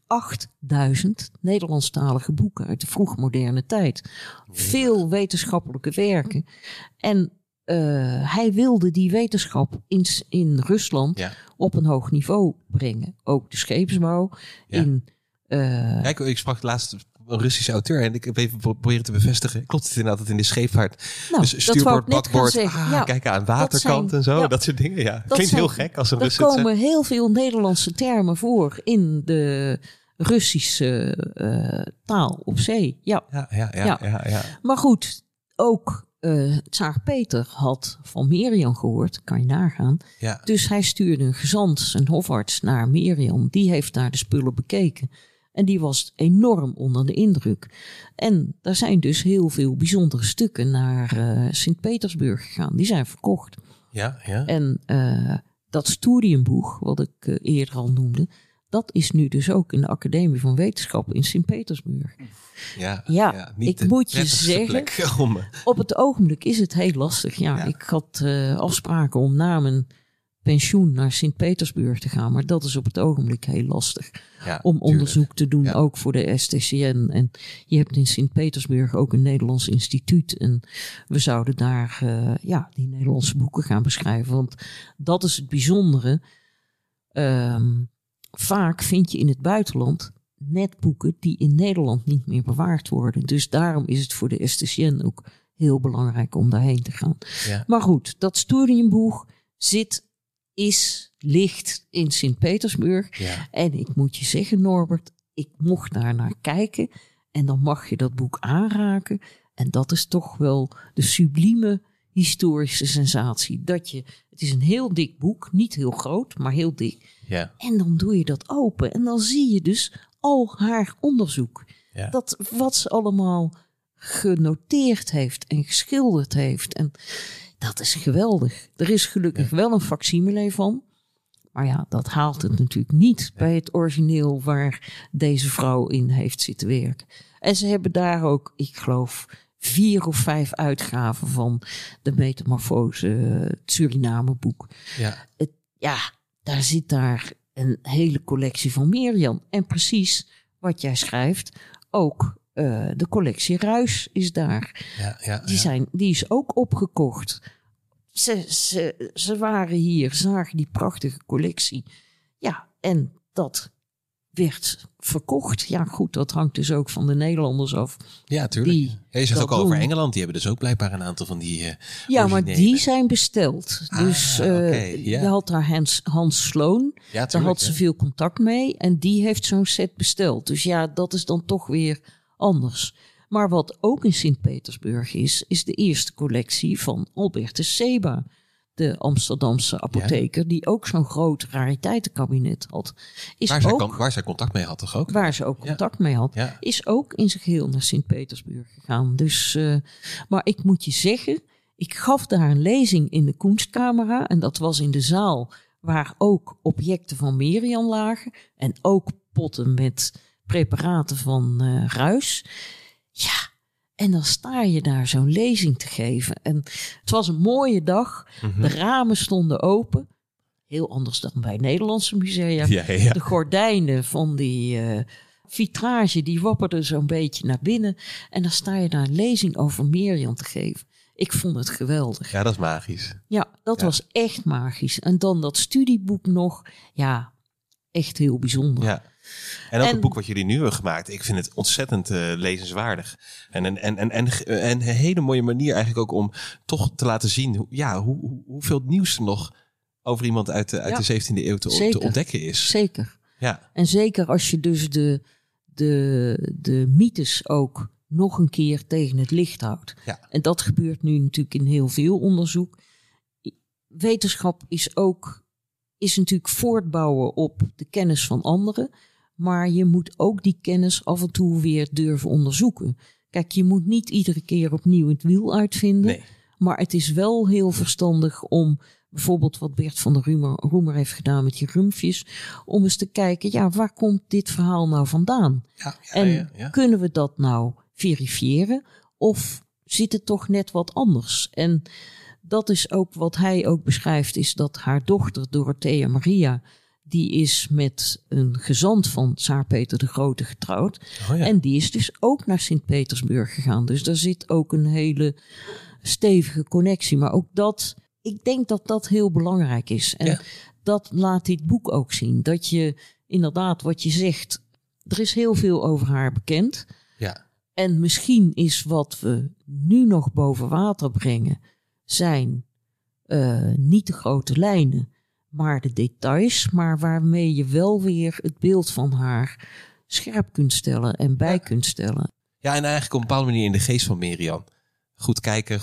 8000 Nederlandstalige boeken uit de vroegmoderne tijd. Veel wetenschappelijke werken. En hij wilde die wetenschap in Rusland op een hoog niveau brengen. Ook de scheepsbouw. Kijk, ik sprak laatst een Russische auteur en ik heb even proberen te bevestigen. Klopt het inderdaad dat in de scheepvaart, dus stuurboord, bakboord, kijk aan waterkant en zo, dat soort dingen. Ja, klinkt heel gek als een Rus het zegt. Er komen heel veel Nederlandse termen voor in de Russische taal op zee. Ja. Maar goed, ook Tsaar Peter had van Merian gehoord, kan je nagaan. Ja. Dus hij stuurde een gezant, zijn hofarts, naar Merian. Die heeft daar de spullen bekeken. En die was enorm onder de indruk. En daar zijn dus heel veel bijzondere stukken naar Sint-Petersburg gegaan. Die zijn verkocht. Ja. En dat Studienboek, wat ik eerder al noemde, dat is nu dus ook in de Academie van Wetenschappen in Sint-Petersburg. Ja, niet ik moet je zeggen, op het ogenblik is het heel lastig. Ja. Ik had afspraken om na mijn pensioen naar Sint-Petersburg te gaan, maar dat is op het ogenblik heel lastig. Om onderzoek te doen, ook voor de STCN. En je hebt in Sint-Petersburg ook een Nederlands instituut. En we zouden daar die Nederlandse boeken gaan beschrijven. Want dat is het bijzondere. Vaak vind je in het buitenland net boeken die in Nederland niet meer bewaard worden. Dus daarom is het voor de STCN ook heel belangrijk om daarheen te gaan. Ja. Maar goed, dat Studienbuch ligt in Sint-Petersburg. Ja. En ik moet je zeggen, Norbert, ik mocht daar naar kijken. En dan mag je dat boek aanraken. En dat is toch wel de sublieme historische sensatie. Het is een heel dik boek, niet heel groot, maar heel dik. Ja. En dan doe je dat open. En dan zie je dus al haar onderzoek. Ja. Dat wat ze allemaal genoteerd heeft en geschilderd heeft. En dat is geweldig. Er is gelukkig wel een facsimile van. Maar ja, dat haalt het natuurlijk niet bij het origineel waar deze vrouw in heeft zitten werken. En ze hebben daar ook, ik geloof, 4 of 5 uitgaven van de Metamorfose, het Suriname-boek. Ja. Daar zit daar een hele collectie van Merian. En precies wat jij schrijft, ook de collectie Ruys is daar. Die is ook opgekocht. Ze waren hier, zagen die prachtige collectie. Ja, en dat werd verkocht. Ja, goed, dat hangt dus ook van de Nederlanders af. Ja, tuurlijk. Je zegt ook al over Engeland. Die hebben dus ook blijkbaar een aantal van die maar die zijn besteld. Dus je had daar Hans Sloan. Ja, daar had ze veel contact mee. En die heeft zo'n set besteld. Dus ja, dat is dan toch weer anders. Maar wat ook in Sint-Petersburg is de eerste collectie van Albertus Seba. De Amsterdamse apotheker, die ook zo'n groot rariteitenkabinet had. Waar zij contact mee had, toch ook? Waar ze ook contact mee had. Ja. Is ook in zijn geheel naar Sint-Petersburg gegaan. Dus, maar ik moet je zeggen, ik gaf daar een lezing in de Kunstkamera. En dat was in de zaal waar ook objecten van Merian lagen. En ook potten met preparaten van Ruys. Ja. En dan sta je daar zo'n lezing te geven. En het was een mooie dag. Mm-hmm. De ramen stonden open. Heel anders dan bij Nederlandse musea. Ja. De gordijnen van die vitrage, die wapperden zo'n beetje naar binnen. En dan sta je daar een lezing over Merian te geven. Ik vond het geweldig. Ja, dat is magisch. Ja, dat was echt magisch. En dan dat studieboek nog. Ja, echt heel bijzonder. Ja. En ook het boek wat jullie nu hebben gemaakt. Ik vind het ontzettend lezenswaardig. En een hele mooie manier eigenlijk ook om toch te laten zien hoeveel nieuws er nog over iemand uit de 17e eeuw te ontdekken is. Zeker. Ja. En zeker als je dus de mythes ook nog een keer tegen het licht houdt. Ja. En dat gebeurt nu natuurlijk in heel veel onderzoek. Wetenschap is natuurlijk voortbouwen op de kennis van anderen. Maar je moet ook die kennis af en toe weer durven onderzoeken. Kijk, je moet niet iedere keer opnieuw het wiel uitvinden. Nee. Maar het is wel heel verstandig om bijvoorbeeld wat Bert van der Roemer heeft gedaan met die rumpjes. Om eens te kijken, waar komt dit verhaal nou vandaan? Ja. Kunnen we dat nou verifiëren? Of zit het toch net wat anders? En dat is ook wat hij ook beschrijft, is dat haar dochter Dorothea Maria, die is met een gezant van Tsaar Peter de Grote getrouwd. Oh ja. En die is dus ook naar Sint-Petersburg gegaan. Dus daar zit ook een hele stevige connectie. Maar ook dat, ik denk dat dat heel belangrijk is. En dat laat dit boek ook zien. Dat je inderdaad, wat je zegt, er is heel veel over haar bekend. Ja. En misschien is wat we nu nog boven water brengen, zijn niet de grote lijnen, maar de details, maar waarmee je wel weer het beeld van haar scherp kunt stellen en bij kunt stellen. Ja, en eigenlijk op een bepaalde manier in de geest van Merian. Goed kijken,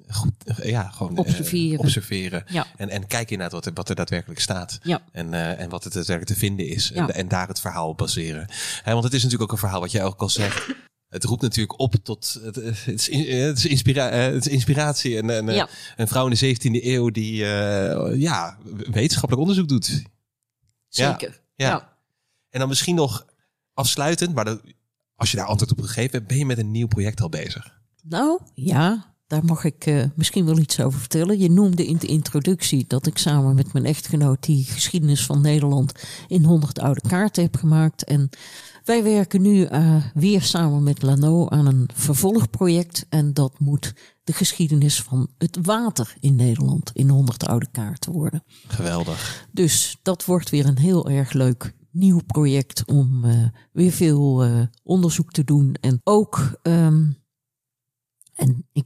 gewoon observeren. Ja. En kijken inderdaad wat er daadwerkelijk staat. Ja. En wat het daadwerkelijk te vinden is. Ja. En daar het verhaal op baseren. Want het is natuurlijk ook een verhaal wat jij ook al zegt. Het roept natuurlijk op tot het is inspiratie. En een vrouw in de 17e eeuw die wetenschappelijk onderzoek doet. Zeker. Ja. En dan misschien nog afsluitend, maar als je daar antwoord op gegeven hebt, ben je met een nieuw project al bezig? Nou, ja, daar mag ik misschien wel iets over vertellen. Je noemde in de introductie dat ik samen met mijn echtgenoot die geschiedenis van Nederland in 100 oude kaarten heb gemaakt. En wij werken nu weer samen met Lano aan een vervolgproject. En dat moet de geschiedenis van het water in Nederland in 100 oude kaarten worden. Geweldig. Dus dat wordt weer een heel erg leuk nieuw project om weer veel onderzoek te doen. En ook, en ik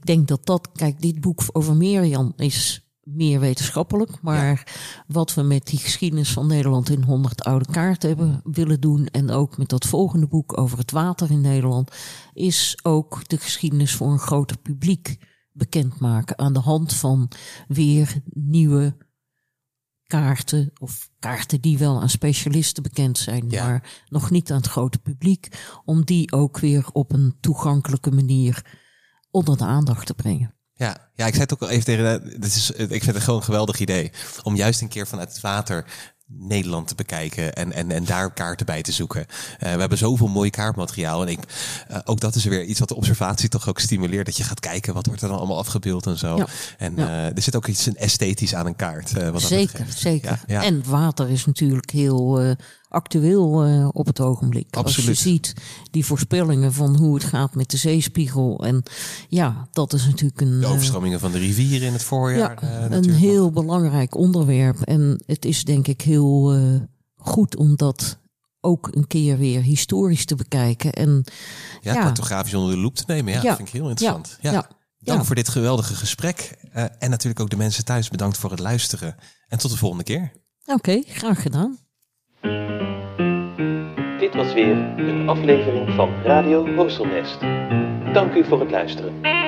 ik denk kijk, dit boek over Merian is meer wetenschappelijk. Maar wat we met die geschiedenis van Nederland in 100 oude kaarten hebben willen doen. En ook met dat volgende boek over het water in Nederland. Is ook de geschiedenis voor een groter publiek bekendmaken. Aan de hand van weer nieuwe kaarten. Of kaarten die wel aan specialisten bekend zijn. Ja. Maar nog niet aan het grote publiek. Om die ook weer op een toegankelijke manier onder de aandacht te brengen. Ja, ik zei het ook al even tegen. Ik vind het gewoon een geweldig idee. Om juist een keer vanuit het water Nederland te bekijken en daar kaarten bij te zoeken. We hebben zoveel mooi kaartmateriaal. En ook dat is weer iets wat de observatie toch ook stimuleert. Dat je gaat kijken, wat wordt er dan allemaal afgebeeld en zo. Ja. En er zit ook iets esthetisch aan een kaart. Zeker. Ja. En water is natuurlijk heel actueel op het ogenblik. Absoluut. Als je ziet die voorspellingen van hoe het gaat met de zeespiegel. En ja, dat is natuurlijk de overstromingen van de rivieren in het voorjaar. Een heel belangrijk onderwerp. En het is denk ik heel goed om dat ook een keer weer historisch te bekijken. En cartografisch onder de loep te nemen. Dat vind ik heel interessant. Dank voor dit geweldige gesprek. En natuurlijk ook de mensen thuis bedankt voor het luisteren. En tot de volgende keer. Oké, graag gedaan. Dit was weer een aflevering van Radio Horselnest. Dank u voor het luisteren.